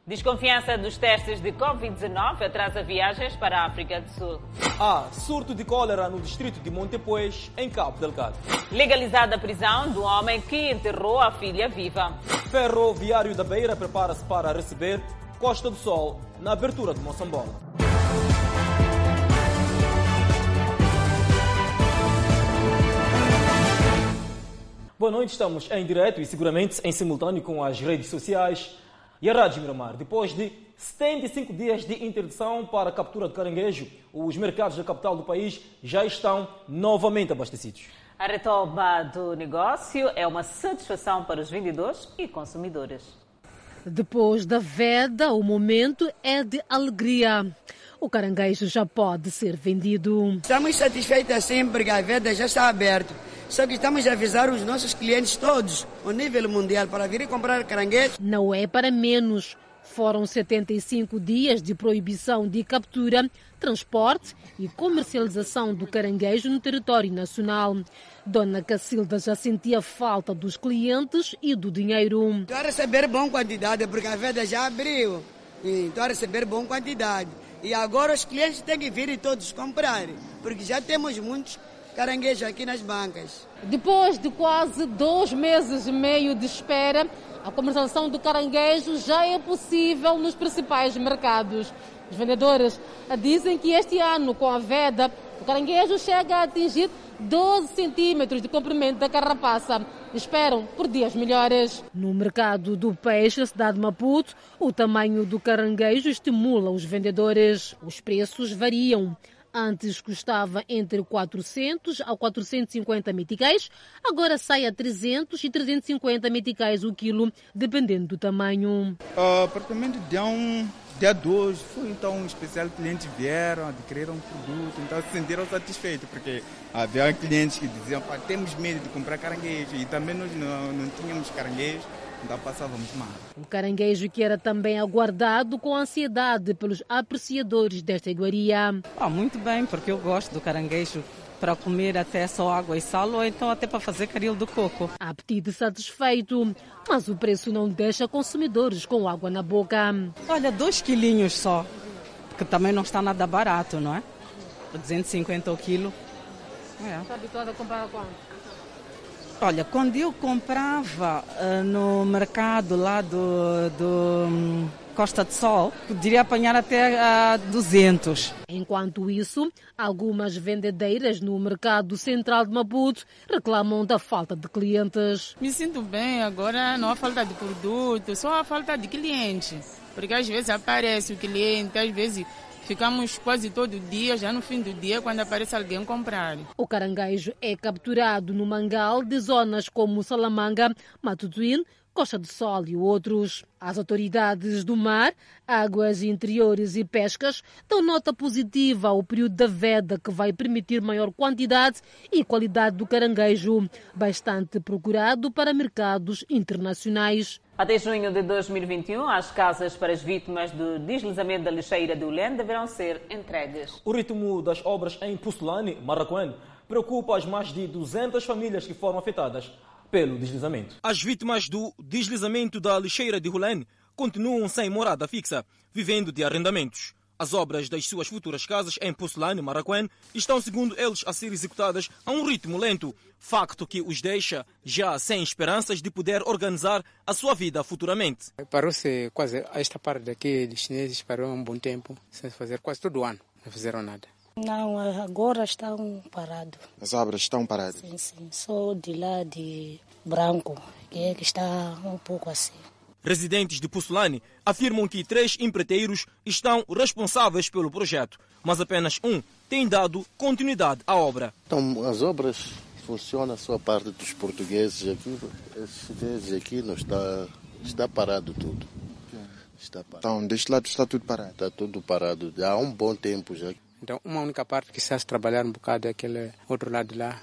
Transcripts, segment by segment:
Desconfiança dos testes de Covid-19 atrasa viagens para a África do Sul. Há surto de cólera no distrito de Montepuez, em Cabo Delgado. Legalizada a prisão do homem que enterrou a filha viva. Ferroviário da Beira prepara-se para receber Costa do Sol na abertura de Moçambola. Boa noite, estamos em direto e seguramente em simultâneo com as redes sociais e a Rádio Miramar. Depois de 75 dias de interdição para a captura de caranguejo, os mercados da capital do país já estão novamente abastecidos. A retoma do negócio é uma satisfação para os vendedores e consumidores. Depois da veda, o momento é de alegria. O caranguejo já pode ser vendido. Estamos satisfeitos assim porque a veda já está aberta. Só que estamos a avisar os nossos clientes todos, ao nível mundial, para virem comprar caranguejo. Não é para menos. Foram 75 dias de proibição de captura, transporte e comercialização do caranguejo no território nacional. Dona Cacilda já sentia falta dos clientes e do dinheiro. Estou a receber boa quantidade, porque a veda já abriu. Estou a receber boa quantidade. E agora os clientes têm que vir e todos comprar, porque já temos muitos caranguejo aqui nas bancas. Depois de quase 2 meses e meio de espera, a comercialização do caranguejo já é possível nos principais mercados. Os vendedores dizem que este ano, com a veda, o caranguejo chega a atingir 12 centímetros de comprimento da carapaça. Esperam por dias melhores. No mercado do peixe, na cidade de Maputo, o tamanho do caranguejo estimula os vendedores. Os preços variam. Antes custava entre 400 a 450 meticais, agora sai a 300 e 350 meticais o quilo, dependendo do tamanho. Praticamente dia 2, foi então um especial, clientes vieram, adquiriram um produto, então se sentiram satisfeitos, porque havia clientes que diziam, temos medo de comprar caranguejo, e também nós não tínhamos caranguejo. Então passávamos mal. O caranguejo que era também aguardado com ansiedade pelos apreciadores desta iguaria. Muito bem, porque eu gosto do caranguejo para comer até só água e sal, ou então até para fazer caril do coco. Apetite satisfeito, mas o preço não deixa consumidores com água na boca. Olha, 2 quilinhos só, porque também não está nada barato, não é? 250 o quilo. Está habituado a comprar quanto? Olha, quando eu comprava no mercado lá do Costa do Sol, poderia apanhar até a 200. Enquanto isso, algumas vendedeiras no mercado central de Maputo reclamam da falta de clientes. Me sinto bem, agora não há falta de produto, só há falta de cliente. Porque às vezes aparece o cliente, às vezes ficamos quase todo dia, já no fim do dia, quando aparece alguém comprar. O caranguejo é capturado no mangal de zonas como Salamanga, Matutuíne, Costa do Sol e outros. As autoridades do mar, águas interiores e pescas dão nota positiva ao período da veda, que vai permitir maior quantidade e qualidade do caranguejo, bastante procurado para mercados internacionais. Até junho de 2021, as casas para as vítimas do deslizamento da lixeira de Ulém deverão ser entregues. O ritmo das obras em Pucelane, Marraquém, preocupa as mais de 200 famílias que foram afetadas pelo deslizamento. As vítimas do deslizamento da lixeira de Ulém continuam sem morada fixa, vivendo de arrendamentos. As obras das suas futuras casas em Pucelane, Marraquém, estão, segundo eles, a ser executadas a um ritmo lento, facto que os deixa já sem esperanças de poder organizar a sua vida futuramente. Parou-se quase esta parte daqui dos chineses, parou um bom tempo, sem fazer quase todo ano, não fizeram nada. Não, agora estão parados. As obras estão paradas? Sim, só de lá de Branco, que é que está um pouco assim. Residentes de Pucelane afirmam que 3 empreiteiros estão responsáveis pelo projeto, mas apenas um tem dado continuidade à obra. Então, as obras funcionam só a parte dos portugueses aqui. Esses chineses aqui não está parado tudo. Está parado. Então, deste lado está tudo parado? Está tudo parado há um bom tempo já. Então, uma única parte que se trabalhar um bocado é aquele outro lado lá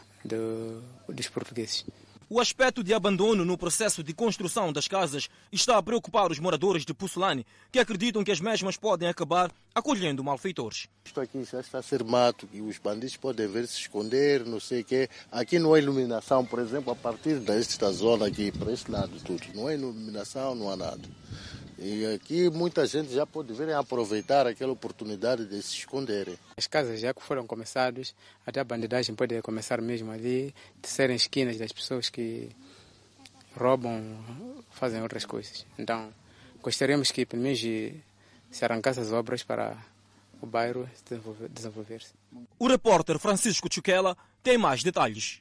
dos portugueses. O aspecto de abandono no processo de construção das casas está a preocupar os moradores de Pucelane, que acreditam que as mesmas podem acabar acolhendo malfeitores. Isto aqui já está a ser mato, e os bandidos podem ver se esconder, não sei o quê. Aqui não há iluminação, por exemplo, a partir desta zona aqui, para este lado tudo. Não há iluminação, não há nada. E aqui muita gente já pode vir aproveitar aquela oportunidade de se esconderem. As casas já que foram começadas, até a bandidagem pode começar mesmo ali, de serem esquinas das pessoas que roubam, fazem outras coisas. Então, gostaríamos que, pelo menos, se arrancasse as obras para o bairro desenvolver-se. O repórter Francisco Chuquela tem mais detalhes.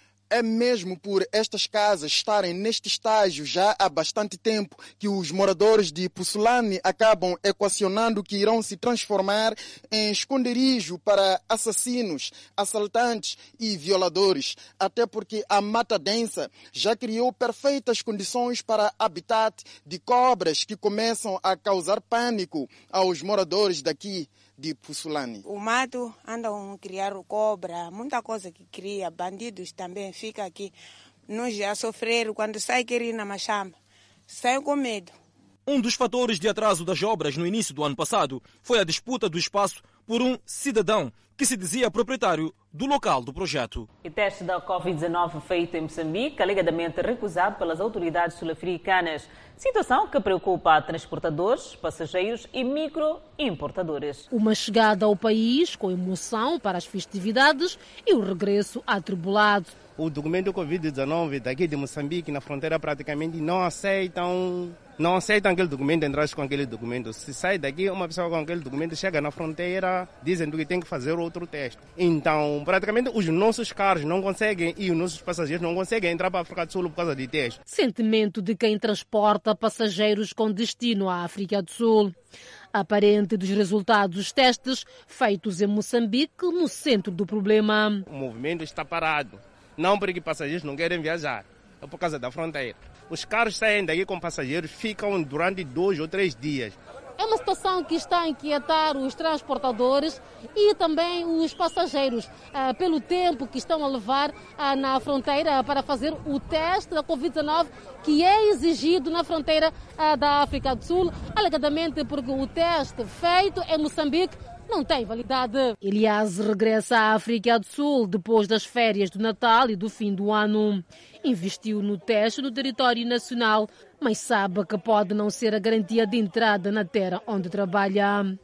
É mesmo por estas casas estarem neste estágio já há bastante tempo que os moradores de Puçulane acabam equacionando que irão se transformar em esconderijo para assassinos, assaltantes e violadores. Até porque a mata densa já criou perfeitas condições para habitat de cobras que começam a causar pânico aos moradores daqui de Puçulane. O mato andam a criar cobra, muita coisa que cria, bandidos também ficam aqui. Nós já sofreram quando sai querer ir na machamba, saem com medo. Um dos fatores de atraso das obras no início do ano passado foi a disputa do espaço por um cidadão que se dizia proprietário do local do projeto. O teste da Covid-19 feito em Moçambique, alegadamente recusado pelas autoridades sul-africanas. Situação que preocupa transportadores, passageiros e microimportadores. Uma chegada ao país com emoção para as festividades e o regresso atribulado. O documento Covid-19 daqui de Moçambique, na fronteira, praticamente não aceitam aquele documento, entrar com aquele documento. Se sai daqui, uma pessoa com aquele documento chega na fronteira, dizem que tem que fazer outro teste. Então, praticamente, os nossos carros não conseguem e os nossos passageiros não conseguem entrar para a África do Sul por causa de teste. Sentimento de quem transporta passageiros com destino à África do Sul. Aparente dos resultados dos testes feitos em Moçambique, no centro do problema. O movimento está parado. Não porque passageiros não querem viajar, é por causa da fronteira. Os carros saem daqui com passageiros, ficam durante 2 ou 3 dias. É uma situação que está a inquietar os transportadores e também os passageiros, pelo tempo que estão a levar na fronteira para fazer o teste da Covid-19, que é exigido na fronteira da África do Sul, alegadamente porque o teste feito em Moçambique não tem validade. Elias regressa à África do Sul depois das férias do Natal e do fim do ano. Investiu no teste no território nacional, mas sabe que pode não ser a garantia de entrada na terra onde trabalha.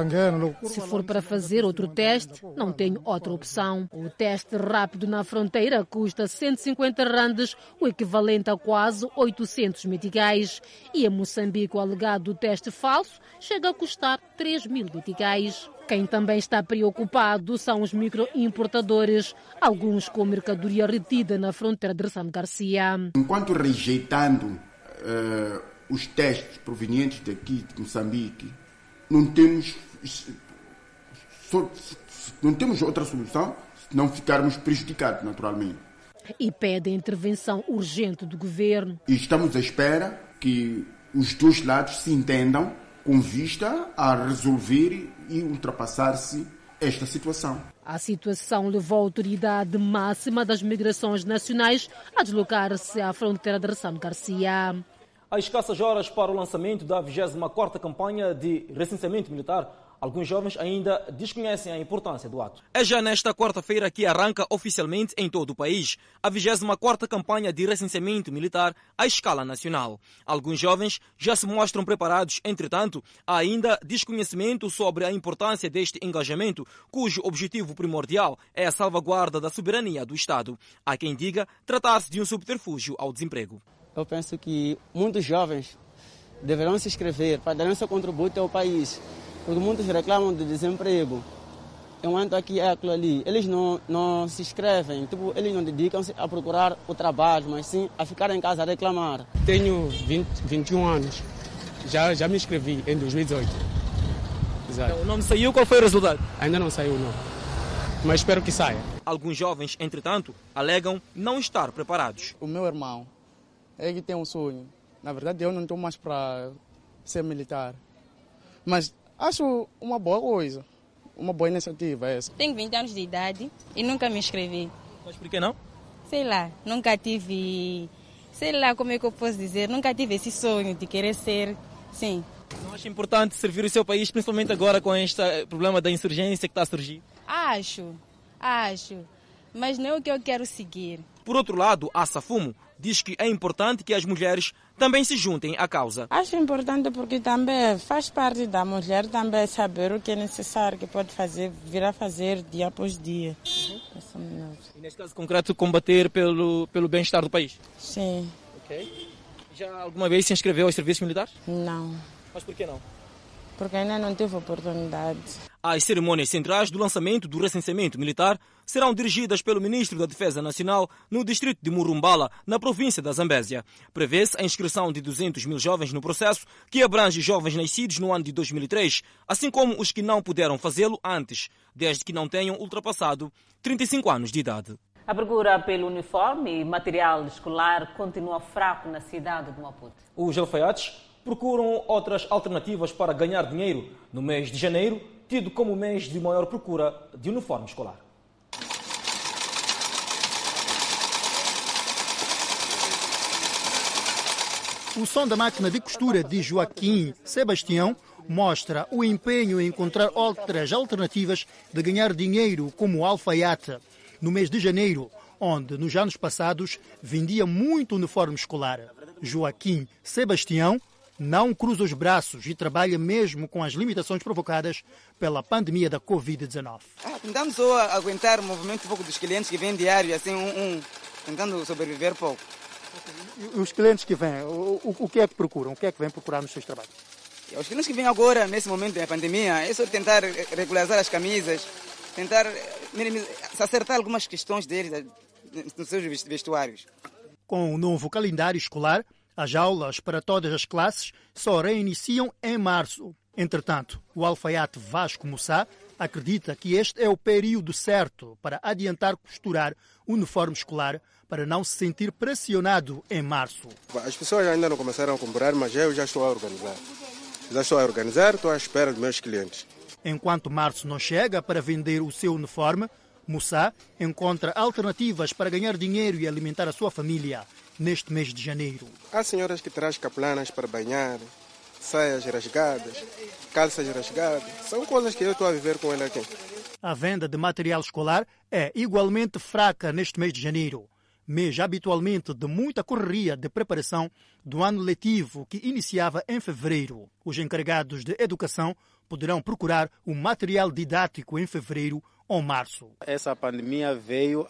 Se for para fazer outro teste, não tenho outra opção. O teste rápido na fronteira custa 150 randes, o equivalente a quase 800 meticais. E em Moçambique, o alegado teste falso chega a custar 3.000 meticais. Quem também está preocupado são os microimportadores, alguns com mercadoria retida na fronteira de Ressam Garcia. Enquanto rejeitando os testes provenientes daqui de Moçambique, não temos outra solução se não ficarmos prejudicados naturalmente. E pede a intervenção urgente do governo. E estamos à espera que os dois lados se entendam com vista a resolver e ultrapassar-se esta situação. A situação levou a autoridade máxima das migrações nacionais a deslocar-se à fronteira de Ressam Garcia. Há escassas horas para o lançamento da 24ª campanha de recenseamento militar, alguns jovens ainda desconhecem a importância do ato. É já nesta quarta-feira que arranca oficialmente em todo o país a 24ª campanha de recenseamento militar à escala nacional. Alguns jovens já se mostram preparados, entretanto, há ainda desconhecimento sobre a importância deste engajamento, cujo objetivo primordial é a salvaguarda da soberania do Estado. Há quem diga tratar-se de um subterfúgio ao desemprego. Eu penso que muitos jovens deverão se inscrever para dar seu contributo ao país, porque muitos reclamam de desemprego. Enquanto aqui é aquilo ali, eles não se inscrevem, eles não dedicam-se a procurar o trabalho, mas sim a ficar em casa a reclamar. Tenho 21 anos, já me inscrevi em 2018. Exato. Então, o nome saiu, qual foi o resultado? Ainda não saiu o nome, mas espero que saia. Alguns jovens, entretanto, alegam não estar preparados. O meu irmão, ele tem um sonho. Na verdade, eu não estou mais para ser militar. Mas acho uma boa coisa, uma boa iniciativa essa. Tenho 20 anos de idade e nunca me inscrevi. Mas por que não? Sei lá, nunca tive... Sei lá como é que eu posso dizer, nunca tive esse sonho de querer ser, sim. Não acha importante servir o seu país, principalmente agora com este problema da insurgência que está a surgir? Acho. mas não é o que eu quero seguir. Por outro lado, a Safumo diz que é importante que as mulheres também se juntem à causa. Acho importante porque também faz parte da mulher também saber o que é necessário, que pode fazer, vir a fazer dia após dia. E neste caso concreto, combater pelo bem-estar do país? Sim. Ok. Já alguma vez se inscreveu aos serviços militares? Não. Mas por que não? Porque ainda não tive oportunidade. As cerimônias centrais do lançamento do recenseamento militar serão dirigidas pelo Ministro da Defesa Nacional no distrito de Murumbala, na província da Zambésia. Prevê-se a inscrição de 200 mil jovens no processo, que abrange jovens nascidos no ano de 2003, assim como os que não puderam fazê-lo antes, desde que não tenham ultrapassado 35 anos de idade. A procura pelo uniforme e material escolar continua fraco na cidade de Maputo. Os alfaiates procuram outras alternativas para ganhar dinheiro no mês de janeiro, tido como mês de maior procura de uniforme escolar. O som da máquina de costura de Joaquim Sebastião mostra o empenho em encontrar outras alternativas de ganhar dinheiro, como o alfaiate. No mês de janeiro, onde nos anos passados vendia muito uniforme escolar. Joaquim Sebastião não cruza os braços e trabalha mesmo com as limitações provocadas pela pandemia da Covid-19. Tentamos só aguentar o movimento pouco dos clientes que vêm diário, assim, tentando sobreviver pouco. E os clientes que vêm, o que é que procuram? O que é que vêm procurar nos seus trabalhos? Os clientes que vêm agora, nesse momento da pandemia, é só tentar regularizar as camisas, tentar acertar algumas questões deles nos seus vestuários. Com o novo calendário escolar, as aulas para todas as classes só reiniciam em março. Entretanto, o alfaiate Vasco Mussá acredita que este é o período certo para adiantar costurar o uniforme escolar para não se sentir pressionado em março. As pessoas ainda não começaram a comprar, mas eu já estou a organizar. Estou à espera dos meus clientes. Enquanto março não chega para vender o seu uniforme, Mussá encontra alternativas para ganhar dinheiro e alimentar a sua família neste mês de janeiro. Há senhoras que trazem caplanas para banhar, saias rasgadas, calças rasgadas. São coisas que eu estou a viver com ela aqui. A venda de material escolar é igualmente fraca neste mês de janeiro, mês habitualmente de muita correria de preparação do ano letivo que iniciava em fevereiro. Os encarregados de educação poderão procurar o material didático em fevereiro ou março. Essa pandemia veio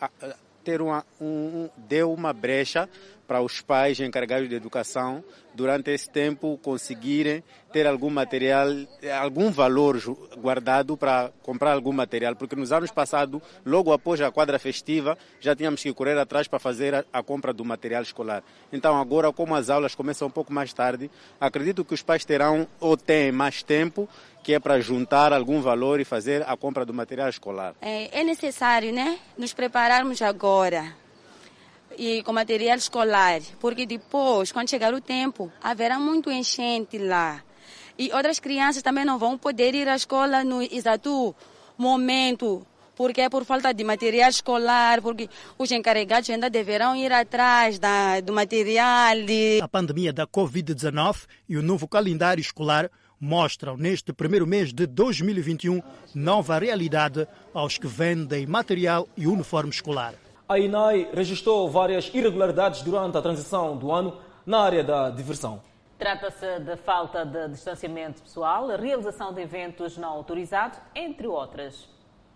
deu uma brecha para os pais encarregados de educação, durante esse tempo, conseguirem ter algum material, algum valor guardado para comprar algum material, porque nos anos passados, logo após a quadra festiva, já tínhamos que correr atrás para fazer a compra do material escolar. Então agora, como as aulas começam um pouco mais tarde, acredito que os pais terão ou têm mais tempo, que é para juntar algum valor e fazer a compra do material escolar. É necessário, né, nos prepararmos agora e com material escolar, porque depois, quando chegar o tempo, haverá muito enchente lá. E outras crianças também não vão poder ir à escola no exato momento, porque é por falta de material escolar, porque os encarregados ainda deverão ir atrás do material. A pandemia da Covid-19 e o novo calendário escolar mostram neste primeiro mês de 2021 nova realidade aos que vendem material e uniforme escolar. A INAI registrou várias irregularidades durante a transição do ano na área da diversão. Trata-se de falta de distanciamento pessoal, realização de eventos não autorizados, entre outras.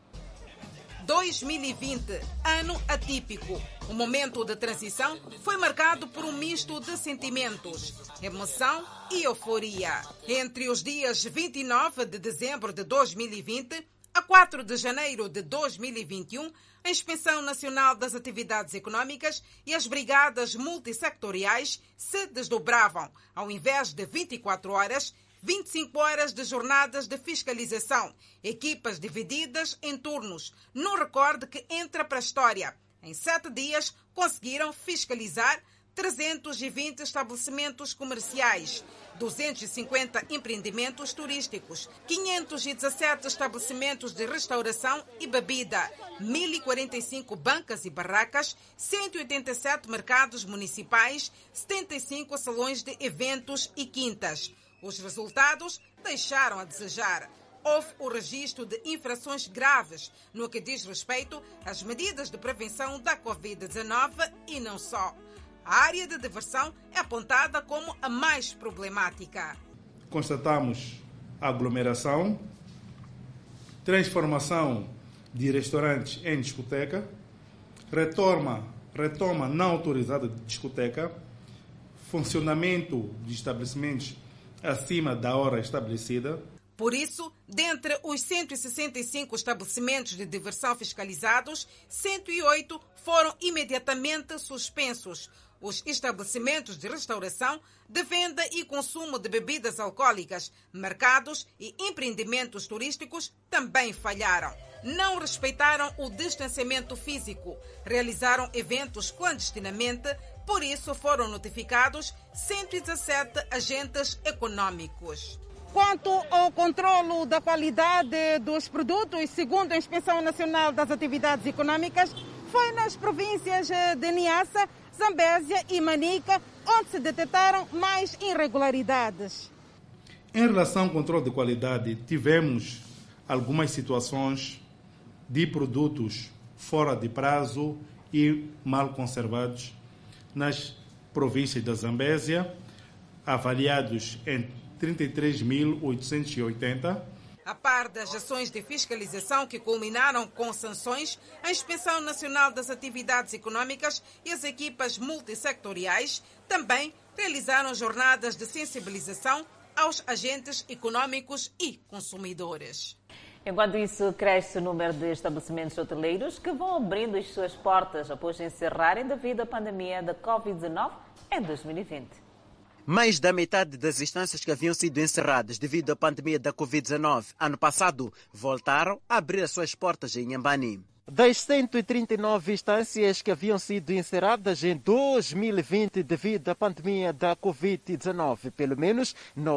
2020, ano atípico. O momento de transição foi marcado por um misto de sentimentos, emoção e euforia. Entre os dias 29 de dezembro de 2020 a 4 de janeiro de 2021, a Inspeção Nacional das Atividades Econômicas e as brigadas multissectoriais se desdobravam. Ao invés de 24 horas, 25 horas de jornadas de fiscalização, equipas divididas em turnos, num recorde que entra para a história. Em 7 dias, conseguiram fiscalizar 320 estabelecimentos comerciais, 250 empreendimentos turísticos, 517 estabelecimentos de restauração e bebida, 1.045 bancas e barracas, 187 mercados municipais, 75 salões de eventos e quintas. Os resultados deixaram a desejar. houve o registro de infrações graves no que diz respeito às medidas de prevenção da Covid-19 e não só. A área de diversão é apontada como a mais problemática. Constatamos aglomeração, transformação de restaurantes em discoteca, retoma não autorizada de discoteca, funcionamento de estabelecimentos acima da hora estabelecida. Por isso, dentre os 165 estabelecimentos de diversão fiscalizados, 108 foram imediatamente suspensos. Os estabelecimentos de restauração, de venda e consumo de bebidas alcoólicas, mercados e empreendimentos turísticos também falharam. Não respeitaram o distanciamento físico, realizaram eventos clandestinamente, por isso foram notificados 117 agentes econômicos. Quanto ao controlo da qualidade dos produtos, segundo a Inspeção Nacional das Atividades Econômicas, foi nas províncias de Niassa, Zambésia e Manica, onde se detectaram mais irregularidades. Em relação ao controle de qualidade, tivemos algumas situações de produtos fora de prazo e mal conservados nas províncias da Zambésia, avaliados em 33.880. A par das ações de fiscalização que culminaram com sanções, a Inspeção Nacional das Atividades Econômicas e as equipas multissectoriais também realizaram jornadas de sensibilização aos agentes econômicos e consumidores. Enquanto isso, cresce o número de estabelecimentos hoteleiros que vão abrindo as suas portas após encerrarem devido à pandemia da Covid-19 em 2020. Mais da metade das instâncias que haviam sido encerradas devido à pandemia da Covid-19 ano passado voltaram a abrir as suas portas em Inhambane. Das 139 instâncias que haviam sido encerradas em 2020 devido à pandemia da Covid-19, pelo menos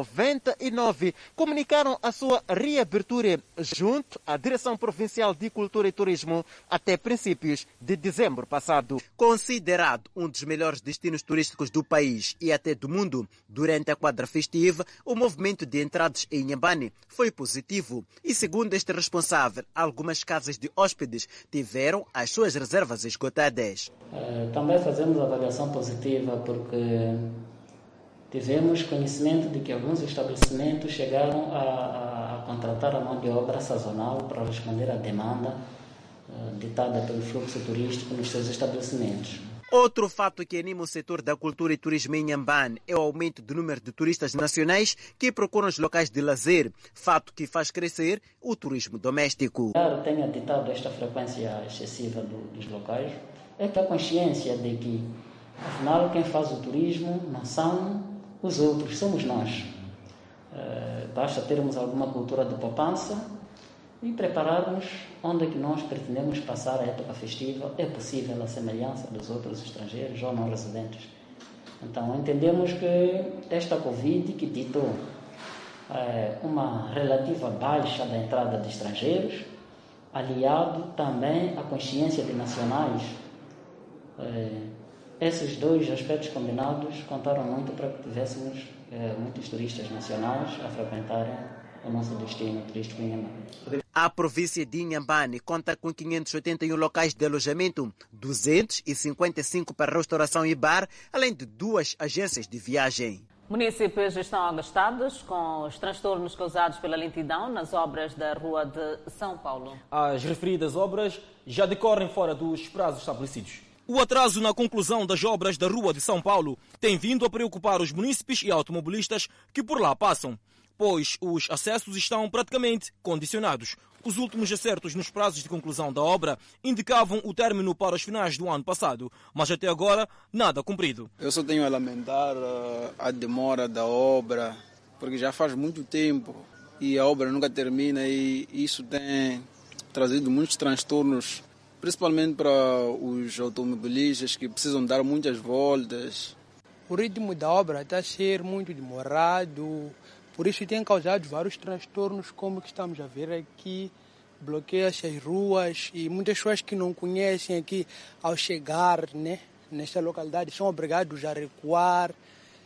99 comunicaram a sua reabertura junto à Direção Provincial de Cultura e Turismo até princípios de dezembro passado. Considerado um dos melhores destinos turísticos do país e até do mundo, durante a quadra festiva, o movimento de entradas em Inhambane foi positivo e, segundo este responsável, algumas casas de hóspedes tiveram as suas reservas esgotadas. Também fazemos avaliação positiva porque tivemos conhecimento de que alguns estabelecimentos chegaram a contratar a mão de obra sazonal para responder à demanda ditada pelo fluxo turístico nos seus estabelecimentos. Outro fato que anima o setor da cultura e turismo em Inhambane é o aumento do número de turistas nacionais que procuram os locais de lazer, fato que faz crescer o turismo doméstico. Tenha ditado esta frequência excessiva dos locais é que a consciência de que, afinal, quem faz o turismo não são os outros, somos nós. Basta termos alguma cultura de poupança e prepararmos onde é que nós pretendemos passar a época festiva. É possível a semelhança dos outros estrangeiros ou não residentes. Então, entendemos que esta Covid, que ditou uma relativa baixa da entrada de estrangeiros, aliado também à consciência de nacionais, esses dois aspectos combinados contaram muito para que tivéssemos muitos turistas nacionais a frequentarem o nosso destino turístico em Inhambane. A província de Inhambane conta com 581 locais de alojamento, 255 para restauração e bar, além de 2 agências de viagem. Munícipes estão agastados com os transtornos causados pela lentidão nas obras da Rua de São Paulo. As referidas obras já decorrem fora dos prazos estabelecidos. O atraso na conclusão das obras da Rua de São Paulo tem vindo a preocupar os munícipes e automobilistas que por lá passam, pois os acessos estão praticamente condicionados. Os últimos acertos nos prazos de conclusão da obra indicavam o término para os finais do ano passado, mas até agora nada cumprido. Eu só tenho a lamentar a demora da obra, porque já faz muito tempo e a obra nunca termina, e isso tem trazido muitos transtornos, principalmente para os automobilistas que precisam dar muitas voltas. O ritmo da obra está a ser muito demorado. Por isso tem causado vários transtornos, como que estamos a ver aqui, bloqueia as ruas, e muitas pessoas que não conhecem aqui, ao chegar nesta localidade, são obrigados a recuar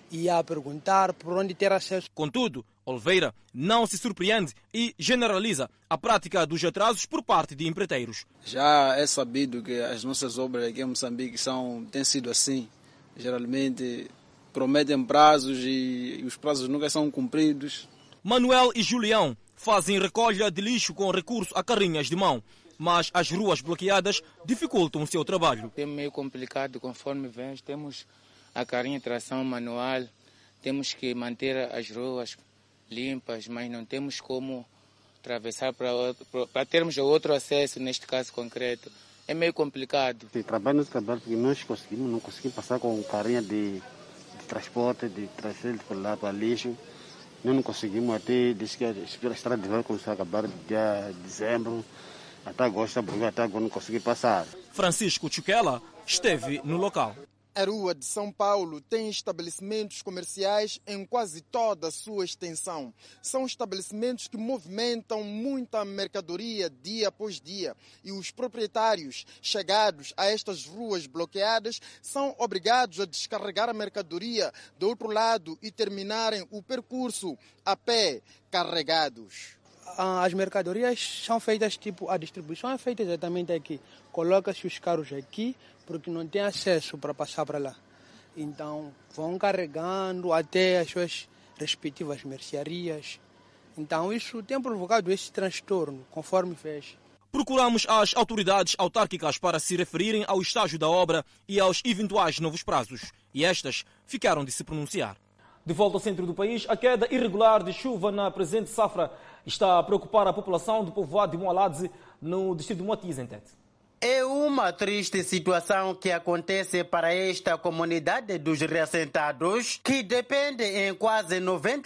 e a perguntar por onde ter acesso. Contudo, Oliveira não se surpreende e generaliza a prática dos atrasos por parte de empreiteiros. Já é sabido que as nossas obras aqui em Moçambique têm sido assim. Geralmente prometem prazos e os prazos nunca são cumpridos. Manuel e Julião fazem recolha de lixo com recurso a carrinhas de mão, mas as ruas bloqueadas dificultam o seu trabalho. É meio complicado conforme vemos, temos a carrinha de tração manual, temos que manter as ruas limpas, mas não temos como atravessar para termos outro acesso, neste caso concreto. É meio complicado. Trabalho porque nós não conseguimos passar com carrinha de transporte, de trazer para lá para lixo. Nós não conseguimos até, desde que a estrada de vai começar a acabar dia de dezembro, até agosto, até agora não consegui passar. Francisco Chuquela esteve no local. A Rua de São Paulo tem estabelecimentos comerciais em quase toda a sua extensão. São estabelecimentos que movimentam muita mercadoria dia após dia. E os proprietários chegados a estas ruas bloqueadas são obrigados a descarregar a mercadoria do outro lado e terminarem o percurso a pé, carregados. As mercadorias são feitas, a distribuição é feita exatamente aqui. Coloca-se os carros aqui, porque não tem acesso para passar para lá. Então, vão carregando até as suas respectivas mercearias. Então, isso tem provocado esse transtorno, conforme fez. Procuramos as autoridades autárquicas para se referirem ao estágio da obra e aos eventuais novos prazos. E estas ficaram de se pronunciar. De volta ao centro do país, a queda irregular de chuva na presente safra está a preocupar a população do povoado de Moaladze, no distrito de Moatize, em Tete. É uma triste situação que acontece para esta comunidade dos reassentados, que depende em quase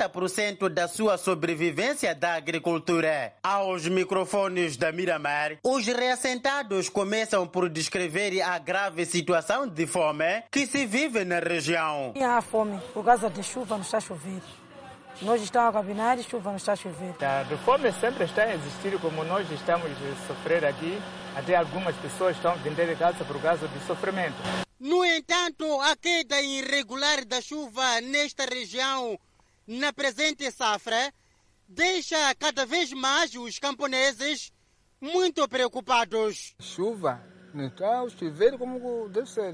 90% da sua sobrevivência da agricultura. Aos microfones da Miramar, os reassentados começam por descrever a grave situação de fome que se vive na região. Há fome por causa de chuva, não está a chover. Nós estamos a capinar e chuva não está a chover. A fome sempre está a existir, como nós estamos a sofrer aqui. Até algumas pessoas estão vendendo casa por causa do sofrimento. No entanto, a queda irregular da chuva nesta região, na presente safra, deixa cada vez mais os camponeses muito preocupados. Chuva, não está a chover como deve ser.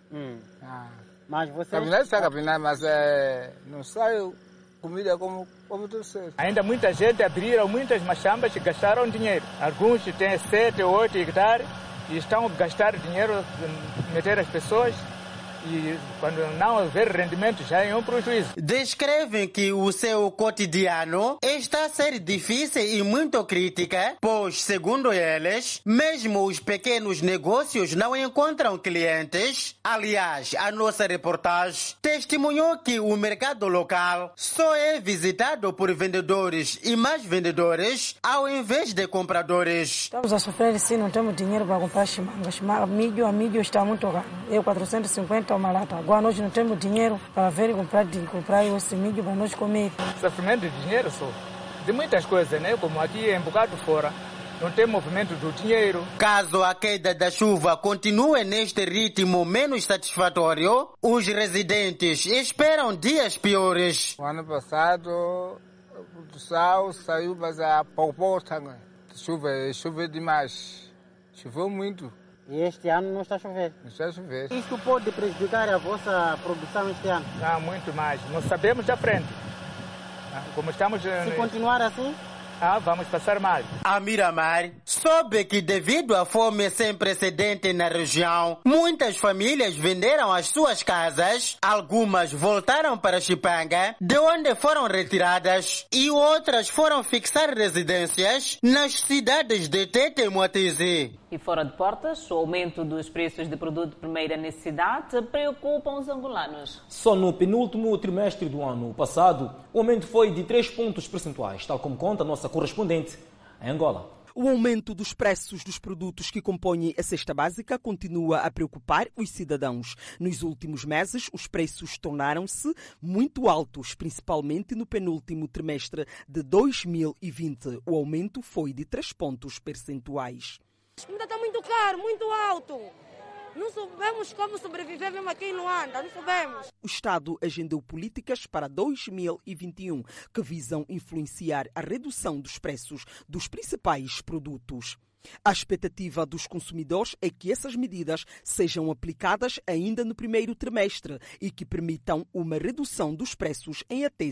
Mas você... Capinar está a capinar, mas não sai comida como deve ser. Ainda muita gente abriram muitas machambas e gastaram dinheiro. Alguns têm 7 ou 8 hectares e estão a gastar dinheiro, meter as pessoas. E quando não houver rendimento já é um prejuízo. Descrevem que o seu cotidiano está a ser difícil e muito crítica, pois, segundo eles, mesmo os pequenos negócios não encontram clientes. Aliás, a nossa reportagem testemunhou que o mercado local só é visitado por vendedores e mais vendedores ao invés de compradores. Estamos a sofrer sim, não temos dinheiro para comprar chimangas. A milho está muito caro. 450 uma lata. Agora nós não temos dinheiro para ver e comprar esse milho para nós comer. Sofrimento de dinheiro só. De muitas coisas, né? Como aqui é um bocado fora. Não tem movimento do dinheiro. Caso a queda da chuva continue neste ritmo menos satisfatório, os residentes esperam dias piores. O ano passado, o sol saiu, mas a pouco choveu demais. Choveu muito. E este ano não está a chover? Não está a chover. Isso pode prejudicar a vossa produção este ano? Não, muito mais. Não sabemos da frente. Como estamos... Se continuar assim? Vamos passar mal. A Miramar soube que devido à fome sem precedente na região, muitas famílias venderam as suas casas, algumas voltaram para Chipanga, de onde foram retiradas, e outras foram fixar residências nas cidades de Tete e Moatize. E fora de portas, o aumento dos preços de produto de primeira necessidade preocupa os angolanos. Só no penúltimo trimestre do ano passado, o aumento foi de 3 pontos percentuais, tal como conta a nossa correspondente em Angola. O aumento dos preços dos produtos que compõem a cesta básica continua a preocupar os cidadãos. Nos últimos meses, os preços tornaram-se muito altos, principalmente no penúltimo trimestre de 2020. O aumento foi de 3 pontos percentuais. A comida está muito caro, muito alto. Não sabemos como sobreviver mesmo aqui em Luanda, não sabemos. O Estado agendou políticas para 2021 que visam influenciar a redução dos preços dos principais produtos. A expectativa dos consumidores é que essas medidas sejam aplicadas ainda no primeiro trimestre e que permitam uma redução dos preços em até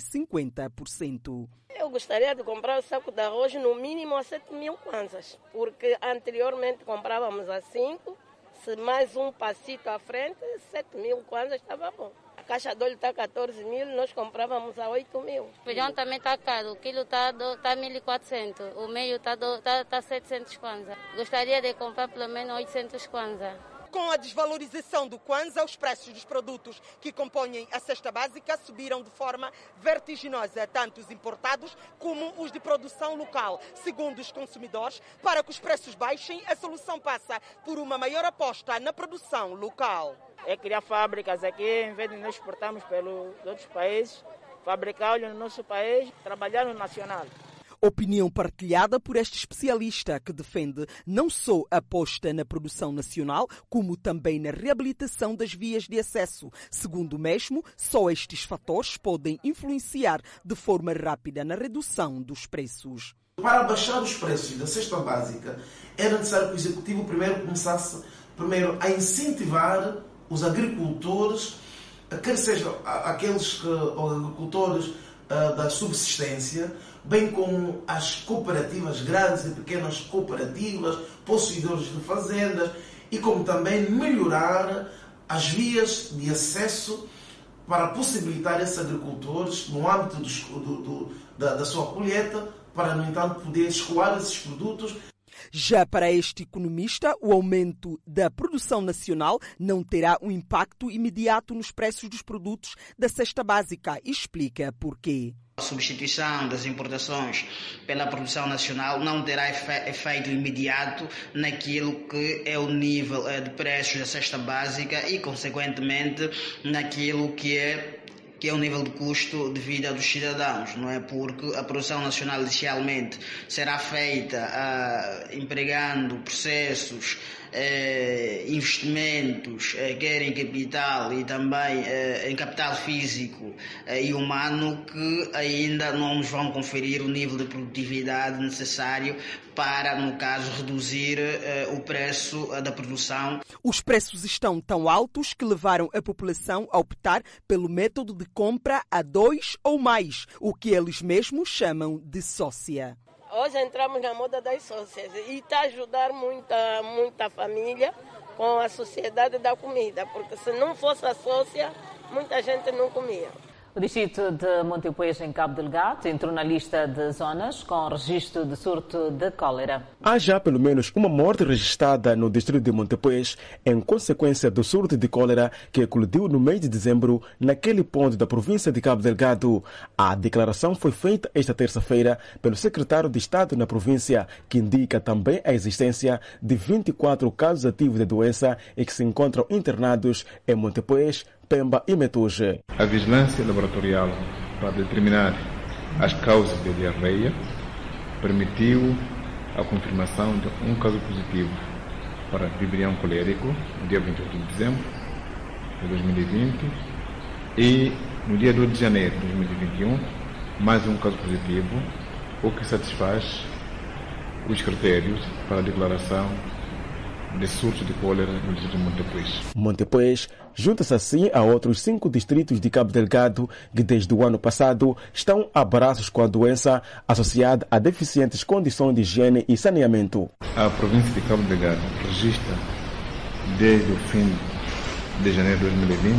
50%. Eu gostaria de comprar um saco de arroz no mínimo a 7.000 kwanzas, porque anteriormente comprávamos a 5, se mais um passito à frente, 7.000 kwanzas estava bom. A caixa de óleo está 14.000, nós comprávamos a 8.000. O feijão também está caro, o quilo está 1.400, o meio está 700 kwanza. Gostaria de comprar pelo menos 800 kwanza. Com a desvalorização do kwanza, os preços dos produtos que compõem a cesta básica subiram de forma vertiginosa, tanto os importados como os de produção local. Segundo os consumidores, para que os preços baixem, a solução passa por uma maior aposta na produção local. É criar fábricas aqui, em vez de nós exportarmos pelos outros países, fabricar no nosso país, trabalhar no nacional. Opinião partilhada por este especialista que defende não só a aposta na produção nacional, como também na reabilitação das vias de acesso. Segundo o mesmo, só estes fatores podem influenciar de forma rápida na redução dos preços. Para baixar os preços da cesta básica, era necessário que o Executivo começasse a incentivar os agricultores, quer sejam aqueles agricultores da subsistência, bem como as cooperativas, grandes e pequenas cooperativas, possuidores de fazendas, e como também melhorar as vias de acesso para possibilitar esses agricultores, no âmbito da sua colheita, para, no entanto, poder escoar esses produtos. Já para este economista, o aumento da produção nacional não terá um impacto imediato nos preços dos produtos da cesta básica. E explica porquê. A substituição das importações pela produção nacional não terá efeito imediato naquilo que é o nível de preços da cesta básica e, consequentemente, naquilo que é o nível de custo de vida dos cidadãos, não é? Porque a produção nacional inicialmente será feita empregando processos, investimentos, quer em capital e também em capital físico e humano, que ainda não nos vão conferir o nível de produtividade necessário para, no caso, reduzir o preço da produção. Os preços estão tão altos que levaram a população a optar pelo método de compra a 2 ou mais, o que eles mesmos chamam de sócia. Hoje entramos na moda das sócias e está a ajudar muita família com a sociedade da comida, porque se não fosse a sócia, muita gente não comia. O distrito de Montepuez, em Cabo Delgado, entrou na lista de zonas com registro de surto de cólera. Há já pelo menos uma morte registrada no distrito de Montepuez em consequência do surto de cólera que eclodiu no mês de dezembro naquele ponto da província de Cabo Delgado. A declaração foi feita esta terça-feira pelo secretário de Estado na província, que indica também a existência de 24 casos ativos da doença e que se encontram internados em Montepuez, Pemba e Metuge. A vigilância laboratorial para determinar as causas da diarreia permitiu a confirmação de um caso positivo para vibrio colérico no dia 28 de dezembro de 2020 e no dia 2 de janeiro de 2021 mais um caso positivo, o que satisfaz os critérios para a declaração de surto de cólera no distrito de Montepuez. Montepuez junta-se assim a outros 5 distritos de Cabo Delgado que desde o ano passado estão a braços com a doença associada a deficientes condições de higiene e saneamento. A província de Cabo Delgado registra desde o fim de janeiro de 2020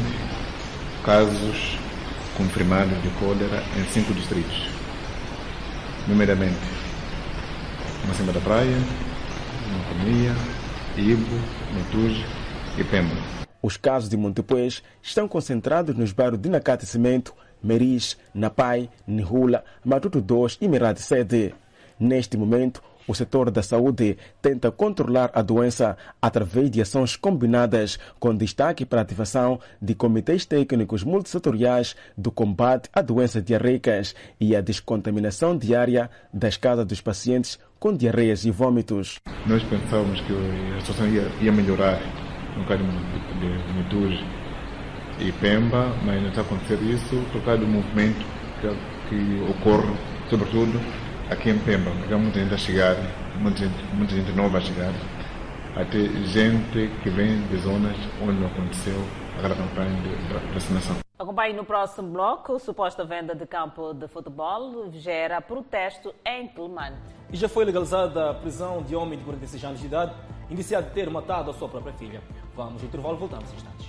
casos confirmados de cólera em 5 distritos, nomeadamente Macemba da Praia, Macomia, Ibo, Metuge e Pemba. Os casos de Montepuez estão concentrados nos bairros de Nakate Cimento, Meris, Napai, Nihula, Matuto 2 e Mirade Sede. Neste momento, o setor da saúde tenta controlar a doença através de ações combinadas, com destaque para a ativação de comitês técnicos multissetoriais do combate a doenças diarreicas e a descontaminação diária das casas dos pacientes com diarreias e vômitos. Nós pensávamos que a situação ia melhorar no caso de Mutuji e Pemba, mas não está a acontecer isso por causa do movimento que ocorre, sobretudo aqui em Pemba, porque há muita gente a chegar, muita gente nova a chegar, até gente que vem de zonas onde não aconteceu aquela campanha de vacinação. Acompanhe no próximo bloco. Suposta venda de campo de futebol gera protesto em Quelimane. E já foi legalizada a prisão de homem de 46 anos de idade, indiciado de ter matado a sua própria filha. Vamos ao intervalo, voltamos em instantes.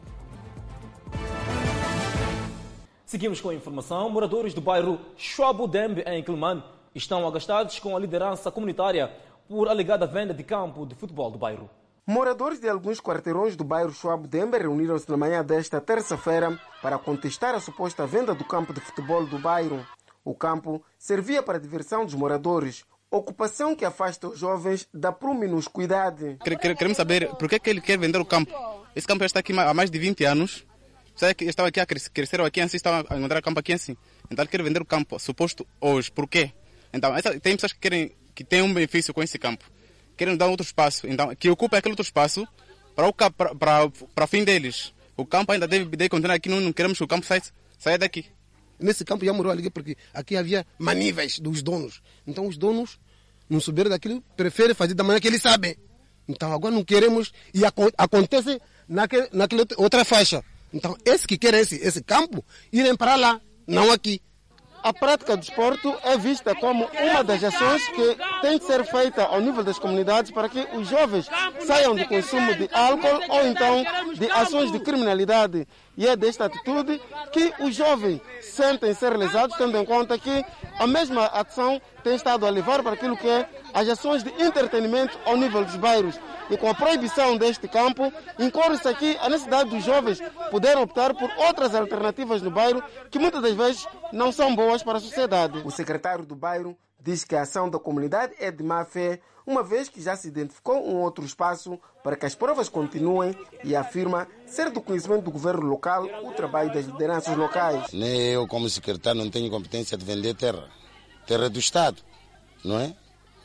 Seguimos com a informação. Moradores do bairro Chouabou-Dembe, em Quelimane, estão agastados com a liderança comunitária por alegada venda de campo de futebol do bairro. Moradores de alguns quarteirões do bairro Chouabou-Dembe reuniram-se na manhã desta terça-feira para contestar a suposta venda do campo de futebol do bairro. O campo servia para a diversão dos moradores, ocupação que afasta os jovens da promiscuidade. Queremos saber por que ele quer vender o campo. Esse campo já está aqui há mais de 20 anos. Sabe que estava aqui, cresceram aqui assim, estavam a encontrar campo aqui assim. Então ele quer vender o campo, suposto hoje. Por quê? Então, tem pessoas que têm um benefício com esse campo. Querem dar outro espaço, então, que ocupa aquele outro espaço para o fim deles. O campo ainda deve continuar aqui, não queremos que o campo saia daqui. Nesse campo já morou ali porque aqui havia maníveis dos donos. Então os donos não souberam daquilo, preferem fazer da maneira que eles sabem. Então agora não queremos e acontece naquela outra faixa. Então esse que quer esse campo, irem para lá, não aqui. A prática do desporto é vista como uma das ações que tem de ser feita ao nível das comunidades para que os jovens saiam do consumo de álcool ou então de ações de criminalidade. E é desta atitude que os jovens sentem ser realizados, tendo em conta que a mesma ação tem estado a levar para aquilo que é as ações de entretenimento ao nível dos bairros. E com a proibição deste campo, incorre-se aqui a necessidade dos jovens poderem optar por outras alternativas no bairro que muitas das vezes não são boas para a sociedade. O secretário do bairro diz que a ação da comunidade é de má fé, uma vez que já se identificou um outro espaço para que as provas continuem e afirma ser do conhecimento do governo local o trabalho das lideranças locais. Nem eu, como secretário, não tenho competência de vender terra. Terra do Estado, não é?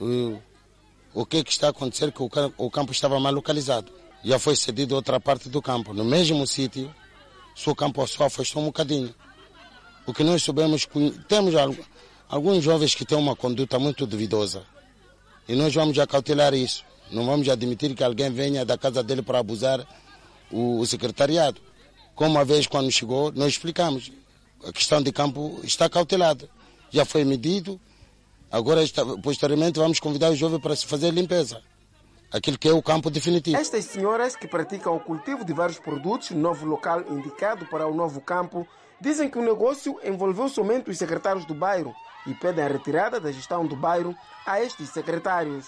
O que está a acontecer é que o campo estava mal localizado. Já foi cedido outra parte do campo. No mesmo sítio, o campo só afastou um bocadinho. O que nós soubemos, temos alguns jovens que têm uma conduta muito duvidosa. E nós vamos acautelar isso. Não vamos admitir que alguém venha da casa dele para abusar o secretariado. Como uma vez, quando chegou, nós explicamos. A questão de campo está cautelada. Já foi medido. Agora, posteriormente, vamos convidar os jovens para se fazer limpeza. Aquilo que é o campo definitivo. Estas senhoras que praticam o cultivo de vários produtos no novo local indicado para o novo campo dizem que o negócio envolveu somente os secretários do bairro e pedem a retirada da gestão do bairro a estes secretários.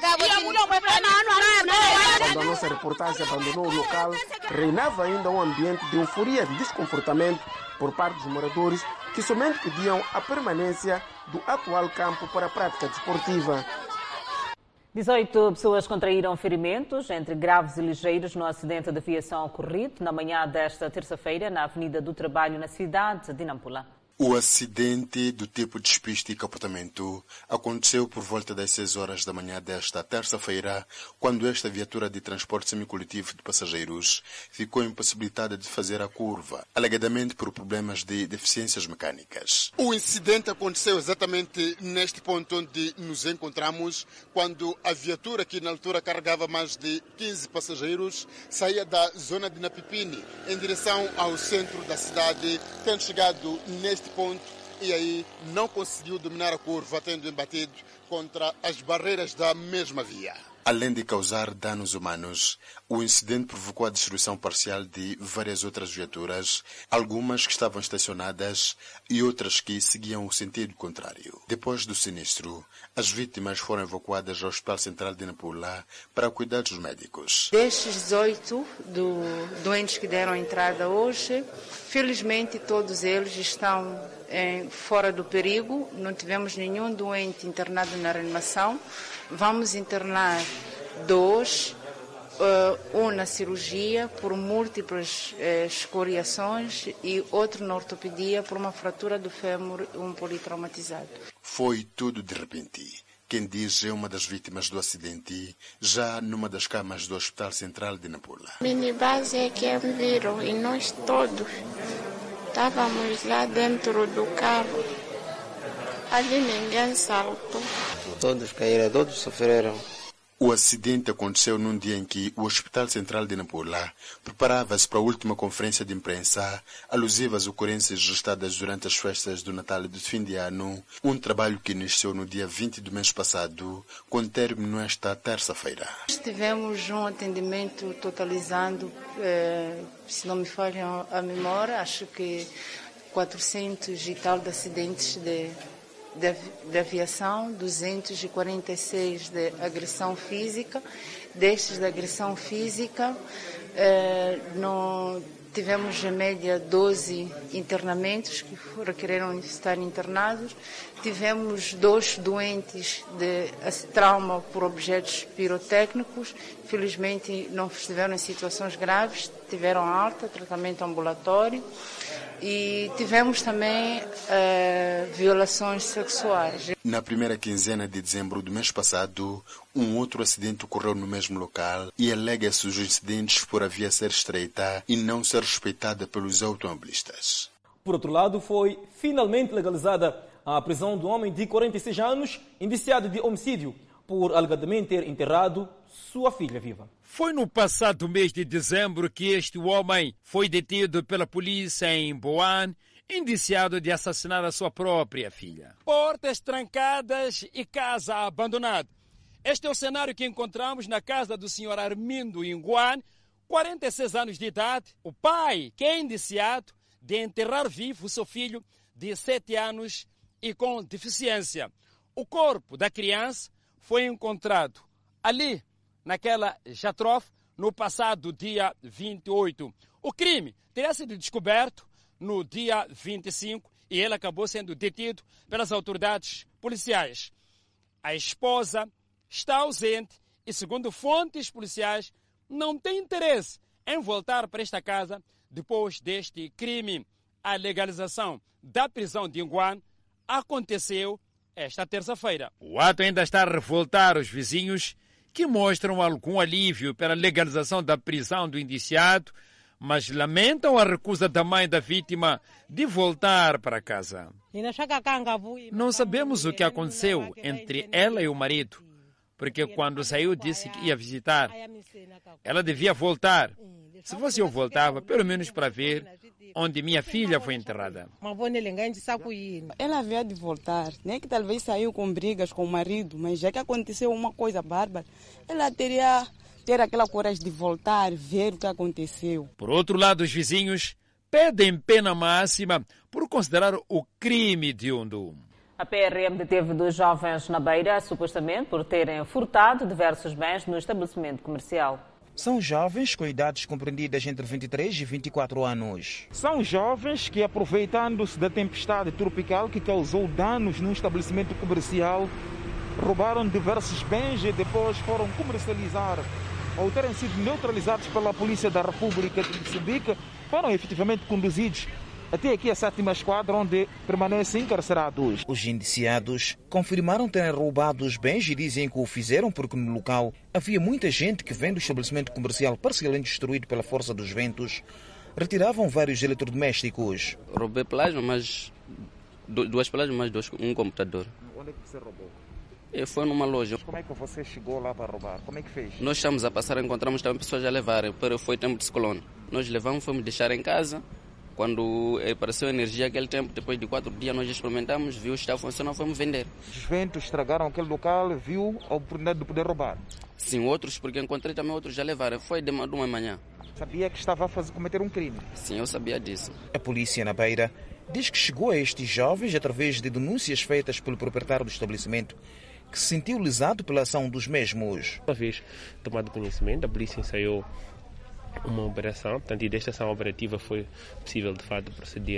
Quando a nossa reportagem abandonou o local, reinava ainda um ambiente de euforia e desconfortamento por parte dos moradores que somente pediam a permanência do atual campo para a prática desportiva. 18 pessoas contraíram ferimentos, entre graves e ligeiros, no acidente de viação ocorrido na manhã desta terça-feira na Avenida do Trabalho, na cidade de Nampula. O acidente do tipo despiste e capotamento aconteceu por volta das 6 horas da manhã desta terça-feira, quando esta viatura de transporte semicoletivo de passageiros ficou impossibilitada de fazer a curva, alegadamente por problemas de deficiências mecânicas. O incidente aconteceu exatamente neste ponto onde nos encontramos, quando a viatura, que na altura carregava mais de 15 passageiros, saía da zona de Napipini em direção ao centro da cidade, tendo chegado neste ponto e aí não conseguiu dominar a curva, tendo embatido contra as barreiras da mesma via. Além de causar danos humanos, o incidente provocou a destruição parcial de várias outras viaturas, algumas que estavam estacionadas e outras que seguiam o sentido contrário. Depois do sinistro, as vítimas foram evacuadas ao Hospital Central de Nampula para cuidados médicos. Destes 18 doentes que deram entrada hoje, felizmente todos eles estão fora do perigo, não tivemos nenhum doente internado na reanimação. Vamos internar 2, um na cirurgia por múltiplas escoriações e outro na ortopedia por uma fratura do fêmur e um politraumatizado. Foi tudo de repente. Quem diz é uma das vítimas do acidente, já numa das camas do Hospital Central de Nampula. Minibase é que me viram e nós todos estávamos lá dentro do carro. Ali ninguém saltou. Todos caíram, todos sofreram. O acidente aconteceu num dia em que o Hospital Central de Nampula preparava-se para a última conferência de imprensa alusiva às ocorrências registradas durante as festas do Natal e do fim de ano, um trabalho que iniciou no dia 20 do mês passado, com término esta terça-feira. Tivemos um atendimento totalizando, se não me falha a memória, acho que 400 e tal de acidentes de aviação, 246 de agressão física. Destes de agressão física, tivemos em média 12 internamentos que requereram estar internados. Tivemos 2 doentes de trauma por objetos pirotécnicos. Felizmente não estiveram em situações graves, tiveram alta, tratamento ambulatório. E tivemos também violações sexuais. Na primeira quinzena de dezembro do mês passado, um outro acidente ocorreu no mesmo local e alega-se os incidentes por a via ser estreita e não ser respeitada pelos automobilistas. Por outro lado, foi finalmente legalizada a prisão de um homem de 46 anos, indiciado de homicídio, por alegadamente ter enterrado sua filha viva. Foi no passado mês de dezembro que este homem foi detido pela polícia em Boane, indiciado de assassinar a sua própria filha. Portas trancadas e casa abandonada. Este é o cenário que encontramos na casa do senhor Armindo Inguane, 46 anos de idade, o pai que é indiciado de enterrar vivo seu filho de 7 anos e com deficiência. O corpo da criança foi encontrado ali, naquela jatrofe, no passado dia 28. O crime teria sido descoberto no dia 25 e ele acabou sendo detido pelas autoridades policiais. A esposa está ausente e, segundo fontes policiais, não tem interesse em voltar para esta casa depois deste crime. A legalização da prisão de Inguane aconteceu esta terça-feira. O ato ainda está a revoltar os vizinhos, que mostram algum alívio pela legalização da prisão do indiciado, mas lamentam a recusa da mãe da vítima de voltar para casa. Não sabemos o que aconteceu entre ela e o marido, porque quando saiu disse que ia visitar. Ela devia voltar. Se fosse eu voltava, pelo menos para ver onde minha filha foi enterrada. Ela havia de voltar, né? Que talvez saiu com brigas com o marido, mas já que aconteceu uma coisa bárbara, ela teria ter aquela coragem de voltar, ver o que aconteceu. Por outro lado, os vizinhos pedem pena máxima por considerar o crime hediondo. A PRM deteve 2 jovens na Beira, supostamente por terem furtado diversos bens no estabelecimento comercial. São jovens com idades compreendidas entre 23 e 24 anos. São jovens que, aproveitando-se da tempestade tropical que causou danos no estabelecimento comercial, roubaram diversos bens e depois foram comercializar. Ao terem sido neutralizados pela Polícia da República de Moçambique, foram efetivamente conduzidos até aqui a 7ª Esquadra, onde permanecem encarcerados. Os indiciados confirmaram terem roubado os bens e dizem que o fizeram porque no local havia muita gente que, vendo o estabelecimento comercial parcialmente destruído pela força dos ventos, retiravam vários eletrodomésticos. Roubei plasma, mas 2 plasmas, mais um computador. Onde é que você roubou? Foi numa loja. Como é que você chegou lá para roubar? Como é que fez? Nós estamos a passar, encontramos também pessoas a levarem, pero foi tempo de ciclone. Nós levamos, fomos deixar em casa. Quando apareceu energia aquele tempo, depois de 4 dias nós experimentamos, viu que está funcionando, fomos vender. Os ventos estragaram aquele local, viu a oportunidade de poder roubar? Sim, outros, porque encontrei também outros já levaram. Foi de uma manhã. Sabia que estava a cometer um crime? Sim, eu sabia disso. A polícia na Beira diz que chegou a estes jovens através de denúncias feitas pelo proprietário do estabelecimento, que se sentiu lesado pela ação dos mesmos. Uma vez tomado conhecimento, a polícia ensaiou uma operação, portanto, e desta ação operativa foi possível, de fato, proceder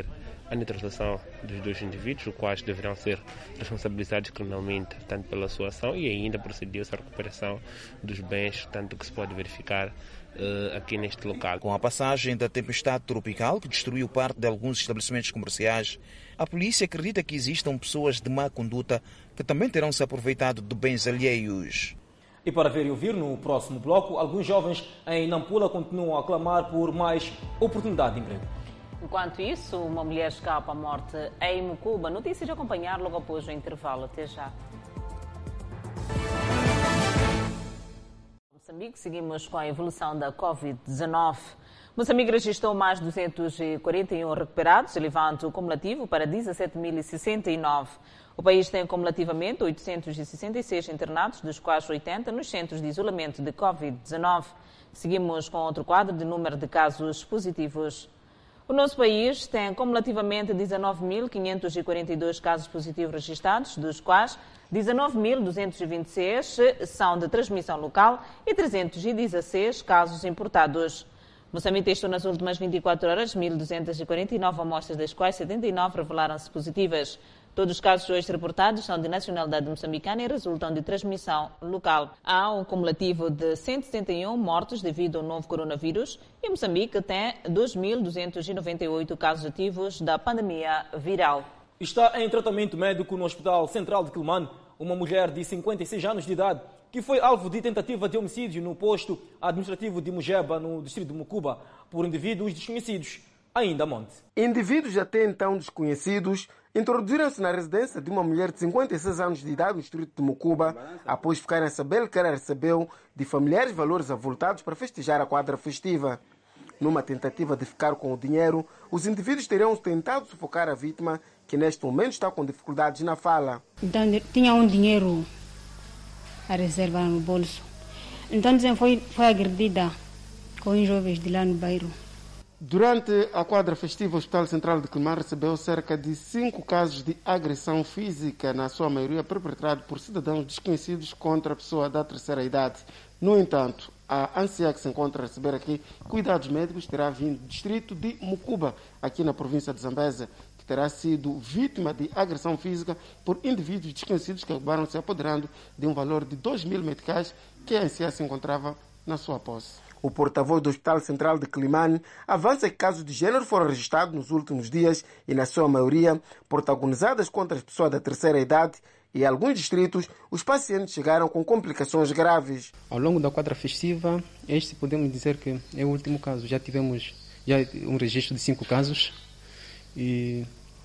a neutralização dos dois indivíduos, os quais deverão ser responsabilizados criminalmente, tanto pela sua ação, e ainda procedeu-se à recuperação dos bens, tanto que se pode verificar aqui neste local. Com a passagem da tempestade tropical que destruiu parte de alguns estabelecimentos comerciais, a polícia acredita que existam pessoas de má conduta que também terão se aproveitado de bens alheios. E para ver e ouvir no próximo bloco, alguns jovens em Nampula continuam a clamar por mais oportunidade de emprego. Enquanto isso, uma mulher escapa à morte em Mucuba. Notícia de acompanhar logo após o intervalo. Até já. Moçambique, seguimos com a evolução da Covid-19. Moçambique registrou mais 241 recuperados, elevando o cumulativo para 17.069. O país tem cumulativamente 866 internados, dos quais 80 nos centros de isolamento de Covid-19. Seguimos com outro quadro de número de casos positivos. O nosso país tem cumulativamente 19.542 casos positivos registrados, dos quais 19.226 são de transmissão local e 316 casos importados. Moçambique testou nas últimas 24 horas 1.249 amostras, das quais 79 revelaram-se positivas. Todos os casos hoje reportados são de nacionalidade moçambicana e resultam de transmissão local. Há um cumulativo de 171 mortos devido ao novo coronavírus e Moçambique tem 2.298 casos ativos da pandemia viral. Está em tratamento médico no Hospital Central de Quelimane uma mulher de 56 anos de idade que foi alvo de tentativa de homicídio no posto administrativo de Mujeba, no distrito de Mucuba, por indivíduos desconhecidos, ainda a monte. Indivíduos até então desconhecidos introduziram-se na residência de uma mulher de 56 anos de idade no distrito de Mucuba, após ficarem a saber que ela recebeu de familiares valores avultados para festejar a quadra festiva. Numa tentativa de ficar com o dinheiro, os indivíduos teriam tentado sufocar a vítima, que neste momento está com dificuldades na fala. Então, tinha um dinheiro a reserva no bolso. Então, foi agredida com os jovens de lá no bairro. Durante a quadra festiva, o Hospital Central de Quelimane recebeu cerca de 5 casos de agressão física, na sua maioria perpetrado por cidadãos desconhecidos contra a pessoa da terceira idade. No entanto, a anciã que se encontra a receber aqui cuidados médicos terá vindo do distrito de Mucuba, aqui na província de Zambésia, que terá sido vítima de agressão física por indivíduos desconhecidos que acabaram se apoderando de um valor de 2.000 meticais que a anciã se encontrava na sua posse. O porta-voz do Hospital Central de Quelimane avança que casos de género foram registrados nos últimos dias e, na sua maioria, protagonizadas contra as pessoas da terceira idade, e em alguns distritos os pacientes chegaram com complicações graves. Ao longo da quadra festiva, este podemos dizer que é o último caso. Já tivemos um registro de 5 casos e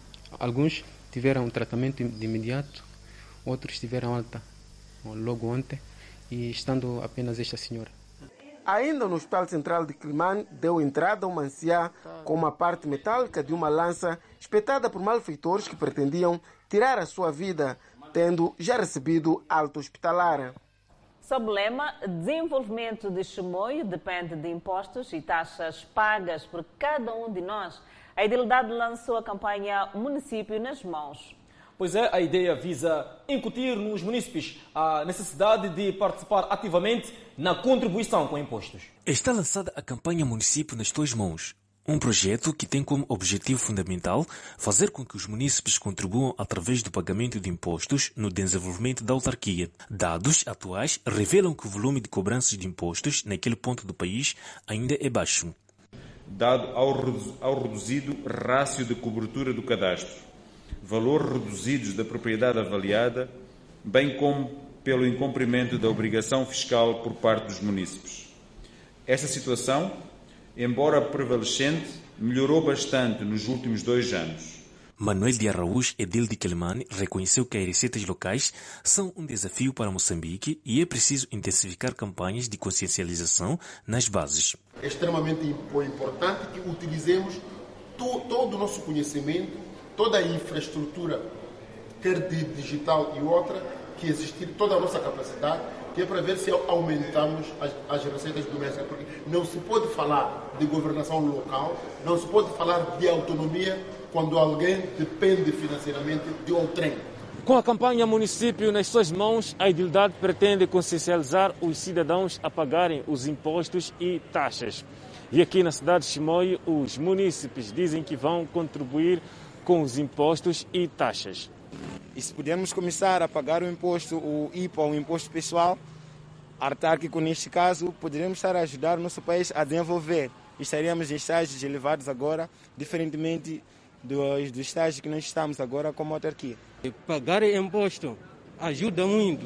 alguns tiveram tratamento de imediato, outros tiveram alta logo ontem e estando apenas esta senhora. Ainda no Hospital Central de Quelimane, deu entrada uma anciã com uma parte metálica de uma lança espetada por malfeitores que pretendiam tirar a sua vida, tendo já recebido alta hospitalar. Sob o lema Desenvolvimento de Chimoio depende de impostos e taxas pagas por cada um de nós, a Idilidade lançou a campanha Município nas Mãos. Pois é, a ideia visa incutir nos munícipes a necessidade de participar ativamente na contribuição com impostos. Está lançada a campanha Município nas Tuas Mãos, um projeto que tem como objetivo fundamental fazer com que os munícipes contribuam através do pagamento de impostos no desenvolvimento da autarquia. Dados atuais revelam que o volume de cobranças de impostos naquele ponto do país ainda é baixo. Dado ao reduzido rácio de cobertura do cadastro, valores reduzidos da propriedade avaliada, bem como pelo incumprimento da obrigação fiscal por parte dos munícipes. Esta situação, embora prevalecente, melhorou bastante nos últimos 2 anos. Manuel de Araújo, edil de Quelimane, reconheceu que as receitas locais são um desafio para Moçambique e é preciso intensificar campanhas de consciencialização nas bases. É extremamente importante que utilizemos todo o nosso conhecimento, toda a infraestrutura, quer de digital e outra, que existir, toda a nossa capacidade, que é para ver se aumentamos as receitas domésticas. Porque não se pode falar de governação local, não se pode falar de autonomia quando alguém depende financeiramente de outrem. Com a campanha Município nas Suas Mãos, a Idilidade pretende consciencializar os cidadãos a pagarem os impostos e taxas. E aqui na cidade de Chimoio, os munícipes dizem que vão contribuir com os impostos e taxas. E se pudermos começar a pagar o imposto, o IPA, o imposto pessoal, autárquico neste caso, poderemos estar a ajudar o nosso país a desenvolver. Estaríamos em estágios elevados agora, diferentemente dos estágios que nós estamos agora como autarquia. Pagar imposto ajuda muito,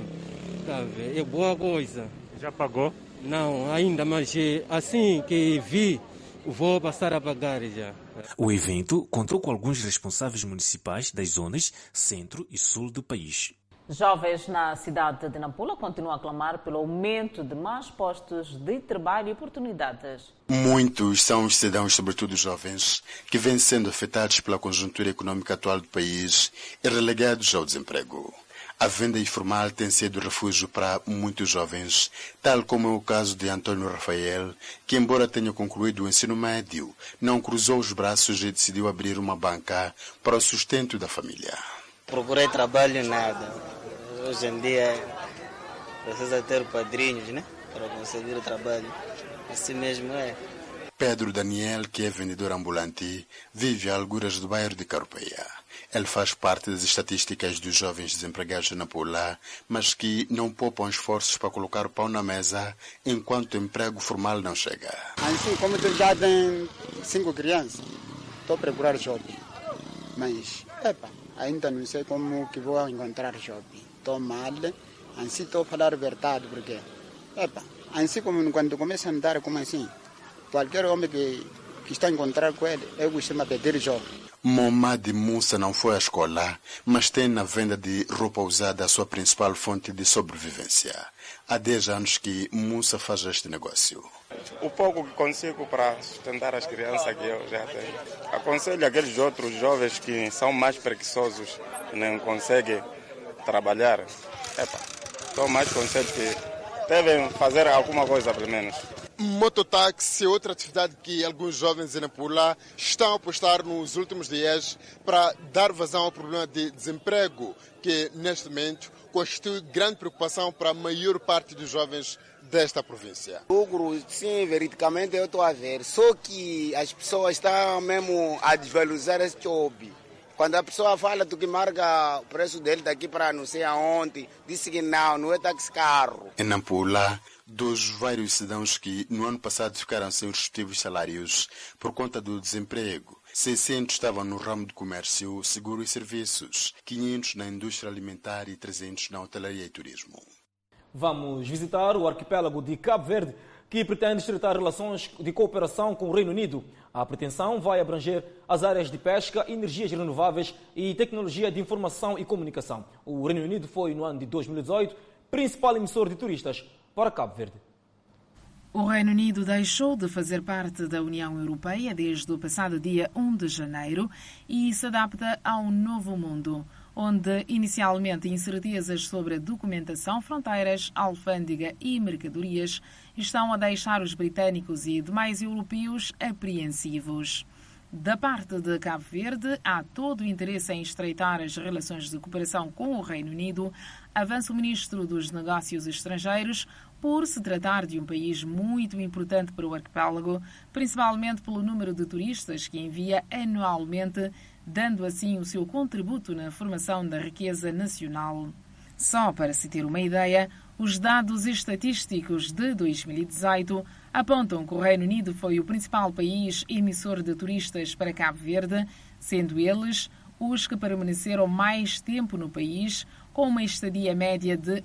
é boa coisa. Já pagou? Não, ainda, mas assim que vi, vou passar a pagar já. O evento contou com alguns responsáveis municipais das zonas centro e sul do país. Jovens na cidade de Nampula continuam a clamar pelo aumento de mais postos de trabalho e oportunidades. Muitos são os cidadãos, sobretudo os jovens, que vêm sendo afetados pela conjuntura econômica atual do país e relegados ao desemprego. A venda informal tem sido refúgio para muitos jovens, tal como é o caso de Antônio Rafael, que, embora tenha concluído o ensino médio, não cruzou os braços e decidiu abrir uma banca para o sustento da família. Procurei trabalho, nada. Hoje em dia precisa ter padrinhos, né? Para conseguir o trabalho. Assim mesmo é. Pedro Daniel, que é vendedor ambulante, vive a alguras do bairro de Carupeia. Ele faz parte das estatísticas dos jovens desempregados na Nampula, mas que não poupam esforços para colocar o pão na mesa enquanto o emprego formal não chega. Assim, como tu já tem 5 crianças, estou a procurar shopping. Mas, ainda não sei como que vou encontrar shopping. Estou mal, assim estou a falar a verdade, porque, assim como quando começa a andar como assim, qualquer homem que está a encontrar com ele, eu costumo pedir shopping. Momad Musa não foi à escola, mas tem na venda de roupa usada a sua principal fonte de sobrevivência. Há 10 anos que Musa faz este negócio. O pouco que consigo para sustentar as crianças que eu já tenho. Aconselho aqueles outros jovens que são mais preguiçosos e não conseguem trabalhar. São mais conselhos que devem fazer alguma coisa, pelo menos. Mototáxi é outra atividade que alguns jovens em Nampula estão a apostar nos últimos dias para dar vazão ao problema de desemprego, que neste momento constitui grande preocupação para a maior parte dos jovens desta província. Lucro, sim, veridicamente eu estou a ver, só que as pessoas estão mesmo a desvalorizar esse job. Quando a pessoa fala do que marca o preço dele daqui para não sei aonde, disse que não é táxi carro. Em Nampula, dos vários cidadãos que no ano passado ficaram sem os respectivos salários por conta do desemprego, 600 estavam no ramo de comércio, seguro e serviços, 500 na indústria alimentar e 300 na hotelaria e turismo. Vamos visitar o arquipélago de Cabo Verde, que pretende estreitar relações de cooperação com o Reino Unido. A pretensão vai abranger as áreas de pesca, energias renováveis e tecnologia de informação e comunicação. O Reino Unido foi, no ano de 2018, principal emissor de turistas para Cabo Verde. O Reino Unido deixou de fazer parte da União Europeia desde o passado dia 1 de janeiro e se adapta a um novo mundo, onde inicialmente incertezas sobre a documentação, fronteiras, alfândega e mercadorias estão a deixar os britânicos e demais europeus apreensivos. Da parte de Cabo Verde, há todo o interesse em estreitar as relações de cooperação com o Reino Unido, avança o Ministro dos Negócios Estrangeiros, por se tratar de um país muito importante para o arquipélago, principalmente pelo número de turistas que envia anualmente, dando assim o seu contributo na formação da riqueza nacional. Só para se ter uma ideia, os dados estatísticos de 2018 apontam que o Reino Unido foi o principal país emissor de turistas para Cabo Verde, sendo eles os que permaneceram mais tempo no país, com uma estadia média de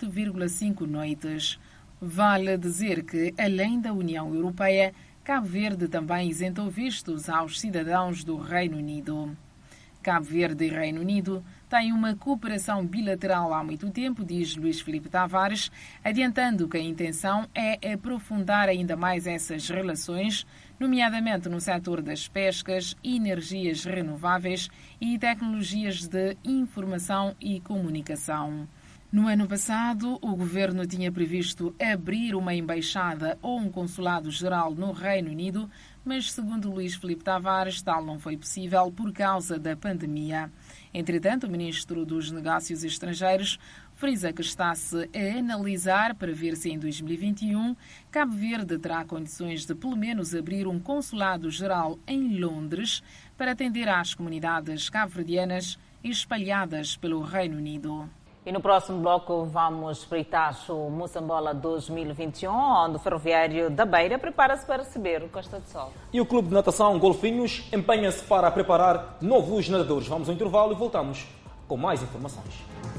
8,5 noites. Vale dizer que, além da União Europeia, Cabo Verde também isentou vistos aos cidadãos do Reino Unido. Cabo Verde e Reino Unido têm uma cooperação bilateral há muito tempo, diz Luís Filipe Tavares, adiantando que a intenção é aprofundar ainda mais essas relações, nomeadamente no setor das pescas, energias renováveis e tecnologias de informação e comunicação. No ano passado, o governo tinha previsto abrir uma embaixada ou um consulado-geral no Reino Unido mas, segundo Luís Filipe Tavares, tal não foi possível por causa da pandemia. Entretanto, o ministro dos Negócios Estrangeiros frisa que está-se a analisar para ver se em 2021 Cabo Verde terá condições de pelo menos abrir um consulado-geral em Londres para atender às comunidades cabo-verdianas espalhadas pelo Reino Unido. E no próximo bloco vamos espreitar o Moçambola 2021, onde o Ferroviário da Beira prepara-se para receber o Costa do Sol. E o Clube de Natação Golfinhos empenha-se para preparar novos nadadores. Vamos ao intervalo e voltamos com mais informações.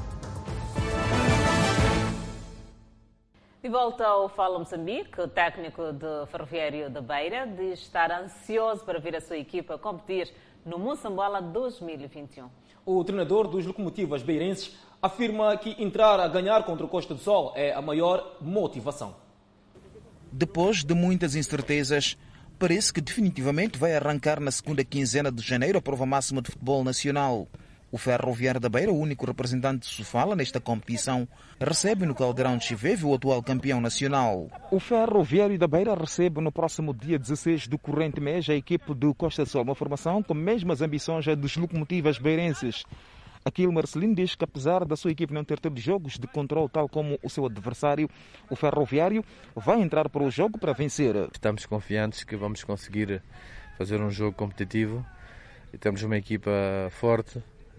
De volta ao Fala Moçambique, o técnico do Ferroviário da Beira diz estar ansioso para ver a sua equipa competir no Moçambola 2021. O treinador dos Locomotivas beirenses afirma que entrar a ganhar contra o Costa do Sol é a maior motivação. Depois de muitas incertezas, parece que definitivamente vai arrancar na segunda quinzena de janeiro a prova máxima de futebol nacional. O Ferroviário da Beira, o único representante de Sofala nesta competição, recebe no Caldeirão de Chiveve o atual campeão nacional. O Ferroviário da Beira recebe no próximo dia 16 do corrente mês a equipe do Costa do Sol, uma formação com mesmas ambições dos Locomotivas beirenses. Aquilo Marcelino diz que, apesar da sua equipe não ter tido jogos de controle tal como o seu adversário, o Ferroviário vai entrar para o jogo para vencer. Estamos confiantes que vamos conseguir fazer um jogo competitivo e temos uma equipa forte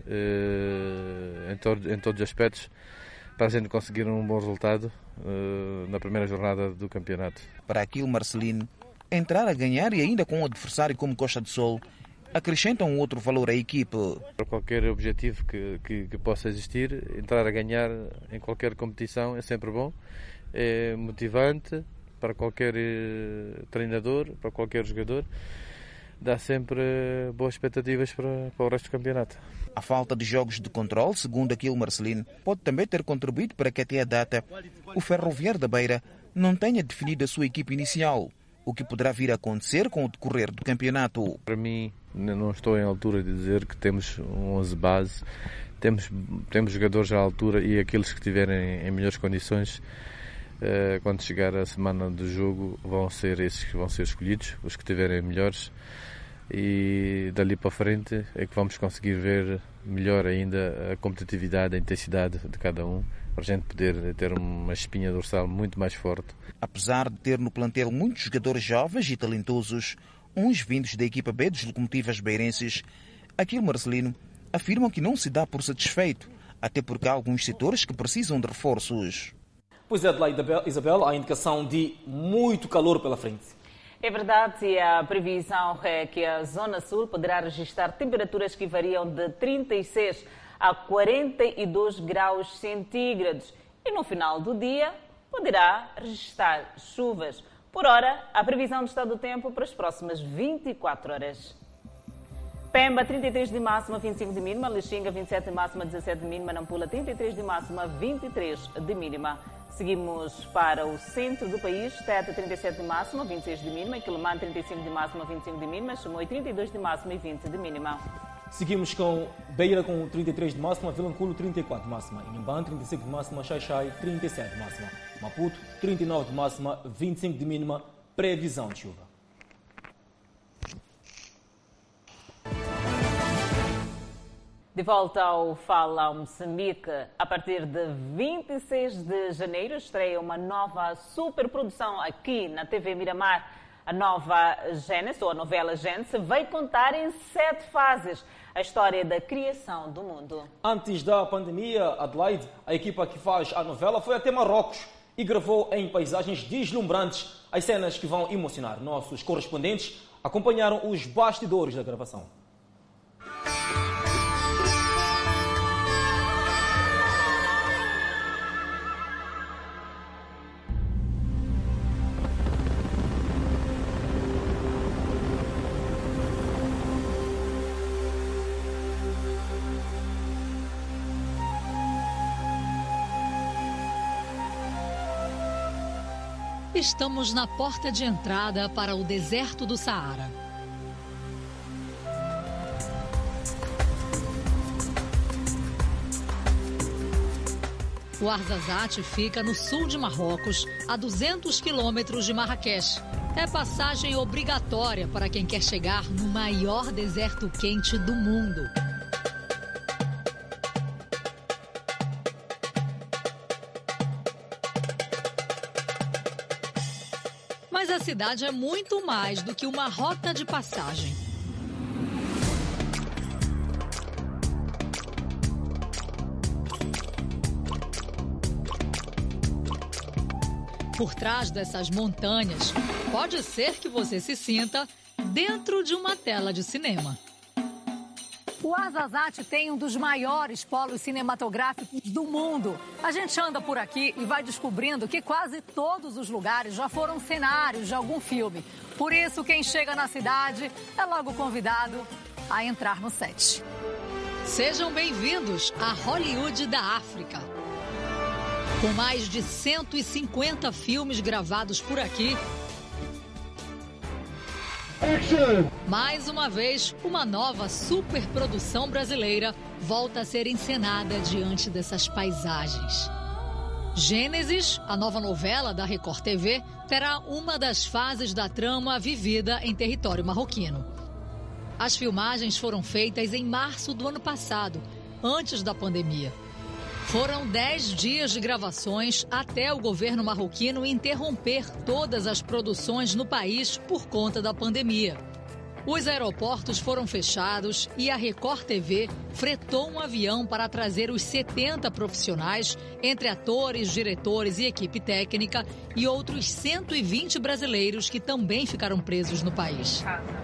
em todos os aspectos para a gente conseguir um bom resultado na primeira jornada do campeonato. Para aquilo Marcelino, entrar a ganhar e ainda com um adversário como Costa do Sol acrescenta um outro valor à equipe. Para qualquer objetivo que possa existir, entrar a ganhar em qualquer competição é sempre bom, é motivante para qualquer treinador, para qualquer jogador, dá sempre boas expectativas para o resto do campeonato. A falta de jogos de controle, segundo aquilo Marcelino, pode também ter contribuído para que até a data o Ferroviário da Beira não tenha definido a sua equipe inicial, o que poderá vir a acontecer com o decorrer do campeonato. Para mim, não estou em altura de dizer que temos um 11 base, temos jogadores à altura e aqueles que estiverem em melhores condições, quando chegar a semana do jogo, vão ser esses que vão ser escolhidos, os que estiverem melhores, e dali para frente é que vamos conseguir ver melhor ainda a competitividade, a intensidade de cada um, para a gente poder ter uma espinha dorsal muito mais forte. Apesar de ter no plantel muitos jogadores jovens e talentosos, uns vindos da equipa B dos Locomotivas beirenses, aquilo Marcelino afirmam que não se dá por satisfeito, até porque há alguns setores que precisam de reforços. Pois é, Isabel, há indicação de muito calor pela frente. É verdade, e a previsão é que a Zona Sul poderá registrar temperaturas que variam de 36 a 42 graus centígrados e no final do dia poderá registrar chuvas. Por hora, a previsão do estado do tempo para as próximas 24 horas. Pemba, 33 de máxima, 25 de mínima. Lixinga, 27 de máxima, 17 de mínima. Nampula, 33 de máxima, 23 de mínima. Seguimos para o centro do país. Teta, 37 de máxima, 26 de mínima. Quilomane, 35 de máxima, 25 de mínima. Chimoio, 32 de máxima e 20 de mínima. Seguimos com Beira com 33 de máxima, Vilanculo 34 de máxima, Inhambane 35 de máxima, Xai-Xai 37 de máxima, Maputo 39 de máxima, 25 de mínima, previsão de chuva. De volta ao Fala Moçambique, a partir de 26 de janeiro estreia uma nova superprodução aqui na TV Miramar. A nova Gênesis, ou a novela Gênesis, vai contar em 7 fases a história da criação do mundo. Antes da pandemia, Adelaide, a equipa que faz a novela foi até Marrocos e gravou em paisagens deslumbrantes as cenas que vão emocionar. Nossos correspondentes acompanharam os bastidores da gravação. Estamos na porta de entrada para o deserto do Saara. O Arzazate fica no sul de Marrocos, a 200 quilômetros de Marrakech. é passagem obrigatória para quem quer chegar no maior deserto quente do mundo. Mas a cidade é muito mais do que uma rota de passagem. Por trás dessas montanhas, pode ser que você se sinta dentro de uma tela de cinema. O Ouarzazate tem um dos maiores polos cinematográficos do mundo. A gente anda por aqui e vai descobrindo que quase todos os lugares já foram cenários de algum filme. Por isso, quem chega na cidade é logo convidado a entrar no set. Sejam bem-vindos à Hollywood da África. Com mais de 150 filmes gravados por aqui, mais uma vez, uma nova superprodução brasileira volta a ser encenada diante dessas paisagens. Gênesis, a nova novela da Record TV, terá uma das fases da trama vivida em território marroquino. As filmagens foram feitas em março do ano passado, antes da pandemia. Foram 10 dias de gravações até o governo marroquino interromper todas as produções no país por conta da pandemia. Os aeroportos foram fechados e a Record TV fretou um avião para trazer os 70 profissionais, entre atores, diretores e equipe técnica, e outros 120 brasileiros que também ficaram presos no país.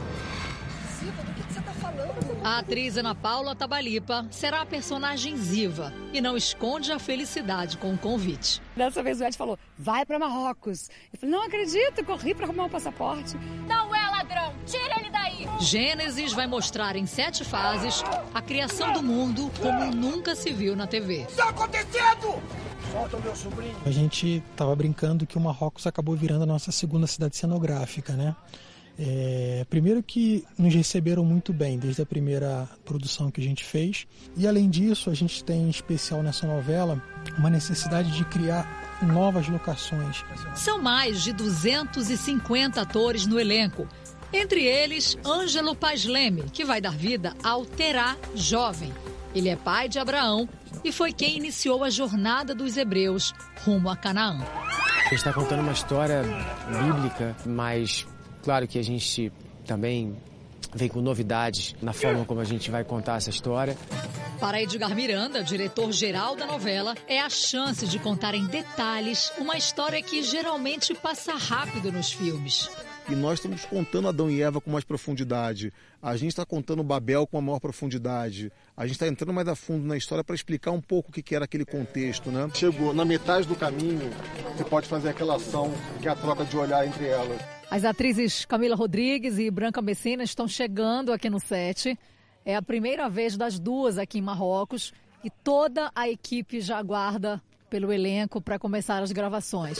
A atriz Ana Paula Tabalipa será a personagem Ziva e não esconde a felicidade com o convite. Dessa vez o Ed falou, vai para Marrocos. Eu falei, não acredito, corri para arrumar um passaporte. Não é ladrão, tira ele daí! Gênesis vai mostrar em 7 fases a criação do mundo como nunca se viu na TV. Está acontecendo! Solta o meu sobrinho. A gente estava brincando que o Marrocos acabou virando a nossa segunda cidade cenográfica, né? Primeiro que nos receberam muito bem desde a primeira produção que a gente fez, e além disso a gente tem em especial nessa novela uma necessidade de criar novas locações. São mais de 250 atores no elenco, entre eles Ângelo Paz Leme, que vai dar vida ao Terá jovem. Ele é pai de Abraão e foi quem iniciou a jornada dos hebreus rumo a Canaã. A gente está contando uma história bíblica, mas claro que a gente também vem com novidades na forma como a gente vai contar essa história. Para Edgar Miranda, diretor-geral da novela, é a chance de contar em detalhes uma história que geralmente passa rápido nos filmes. E nós estamos contando Adão e Eva com mais profundidade. A gente está contando Babel com uma maior profundidade. A gente está entrando mais a fundo na história para explicar um pouco o que era aquele contexto, né? Chegou na metade do caminho, você pode fazer aquela ação que é a troca de olhar entre elas. As atrizes Camila Rodrigues e Branca Messina estão chegando aqui no set. É a primeira vez das duas aqui em Marrocos e toda a equipe já aguarda pelo elenco para começar as gravações.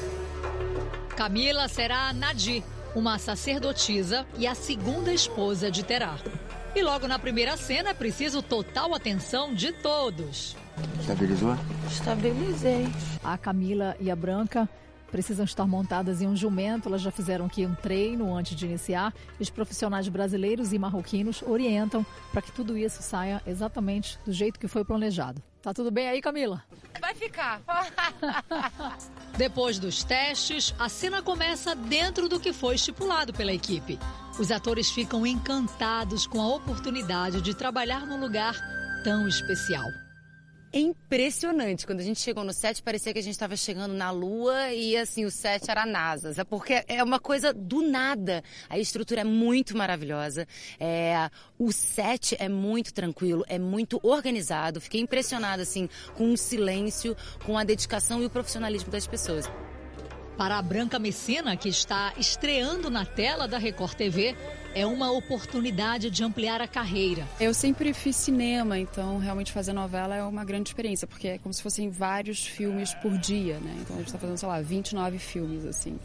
Camila será a Nadi, uma sacerdotisa e a segunda esposa de Terá. E logo na primeira cena é preciso total atenção de todos. Estabilizou? Estabilizei. A Camila e a Branca precisam estar montadas em um jumento. Elas já fizeram aqui um treino antes de iniciar. Os profissionais brasileiros e marroquinos orientam para que tudo isso saia exatamente do jeito que foi planejado. Tá tudo bem aí, Camila? Vai ficar. Depois dos testes, a cena começa dentro do que foi estipulado pela equipe. Os atores ficam encantados com a oportunidade de trabalhar num lugar tão especial. É impressionante. Quando a gente chegou no set, parecia que a gente estava chegando na Lua e, assim, o set era a NASA. É porque é uma coisa do nada. A estrutura é muito maravilhosa. O set é muito tranquilo, é muito organizado. Fiquei impressionada, assim, com o silêncio, com a dedicação e o profissionalismo das pessoas. Para a Branca Messina, que está estreando na tela da Record TV, é uma oportunidade de ampliar a carreira. Eu sempre fiz cinema, então realmente fazer novela é uma grande experiência, porque é como se fossem vários filmes por dia, né? Então a gente está fazendo, sei lá, 29 filmes, assim.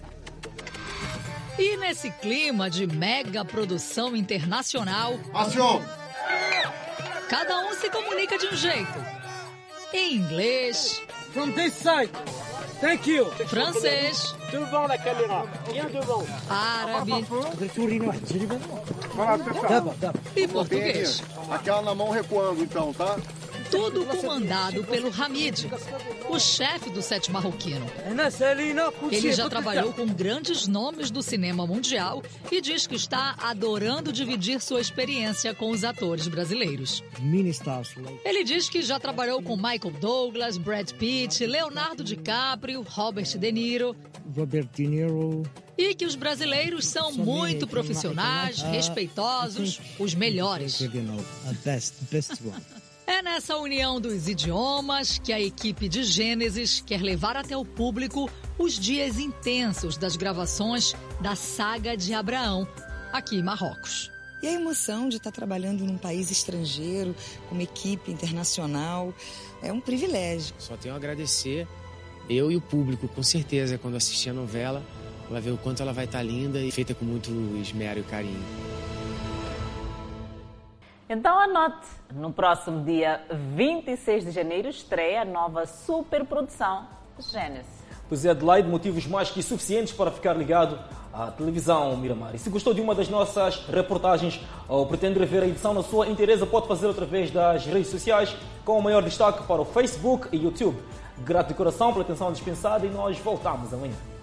E nesse clima de mega produção internacional, Ação! Cada um se comunica de um jeito. Em inglês, From this side. Thank you. Francês. Devant la caméra. Bien devant. Árabe. E português. Aquela na mão recuando, então, tá? Tudo comandado pelo Hamid, o chefe do set marroquino. Ele já trabalhou com grandes nomes do cinema mundial e diz que está adorando dividir sua experiência com os atores brasileiros. Ele diz que já trabalhou com Michael Douglas, Brad Pitt, Leonardo DiCaprio, Robert De Niro. E que os brasileiros são muito profissionais, respeitosos, os melhores. É nessa união dos idiomas que a equipe de Gênesis quer levar até o público os dias intensos das gravações da Saga de Abraão, aqui em Marrocos. E a emoção de estar trabalhando num país estrangeiro, com uma equipe internacional, é um privilégio. Só tenho a agradecer, eu e o público, com certeza, quando assistir a novela, vai ver o quanto ela vai estar linda e feita com muito esmero e carinho. Então anote, no próximo dia 26 de janeiro estreia a nova superprodução Gênesis. Pois é, Adelaide, motivos mais que suficientes para ficar ligado à televisão Miramar. E se gostou de uma das nossas reportagens ou pretende rever a edição na sua inteireza, pode fazê-lo através das redes sociais, com o maior destaque para o Facebook e YouTube. Grato de coração pela atenção dispensada e nós voltamos amanhã.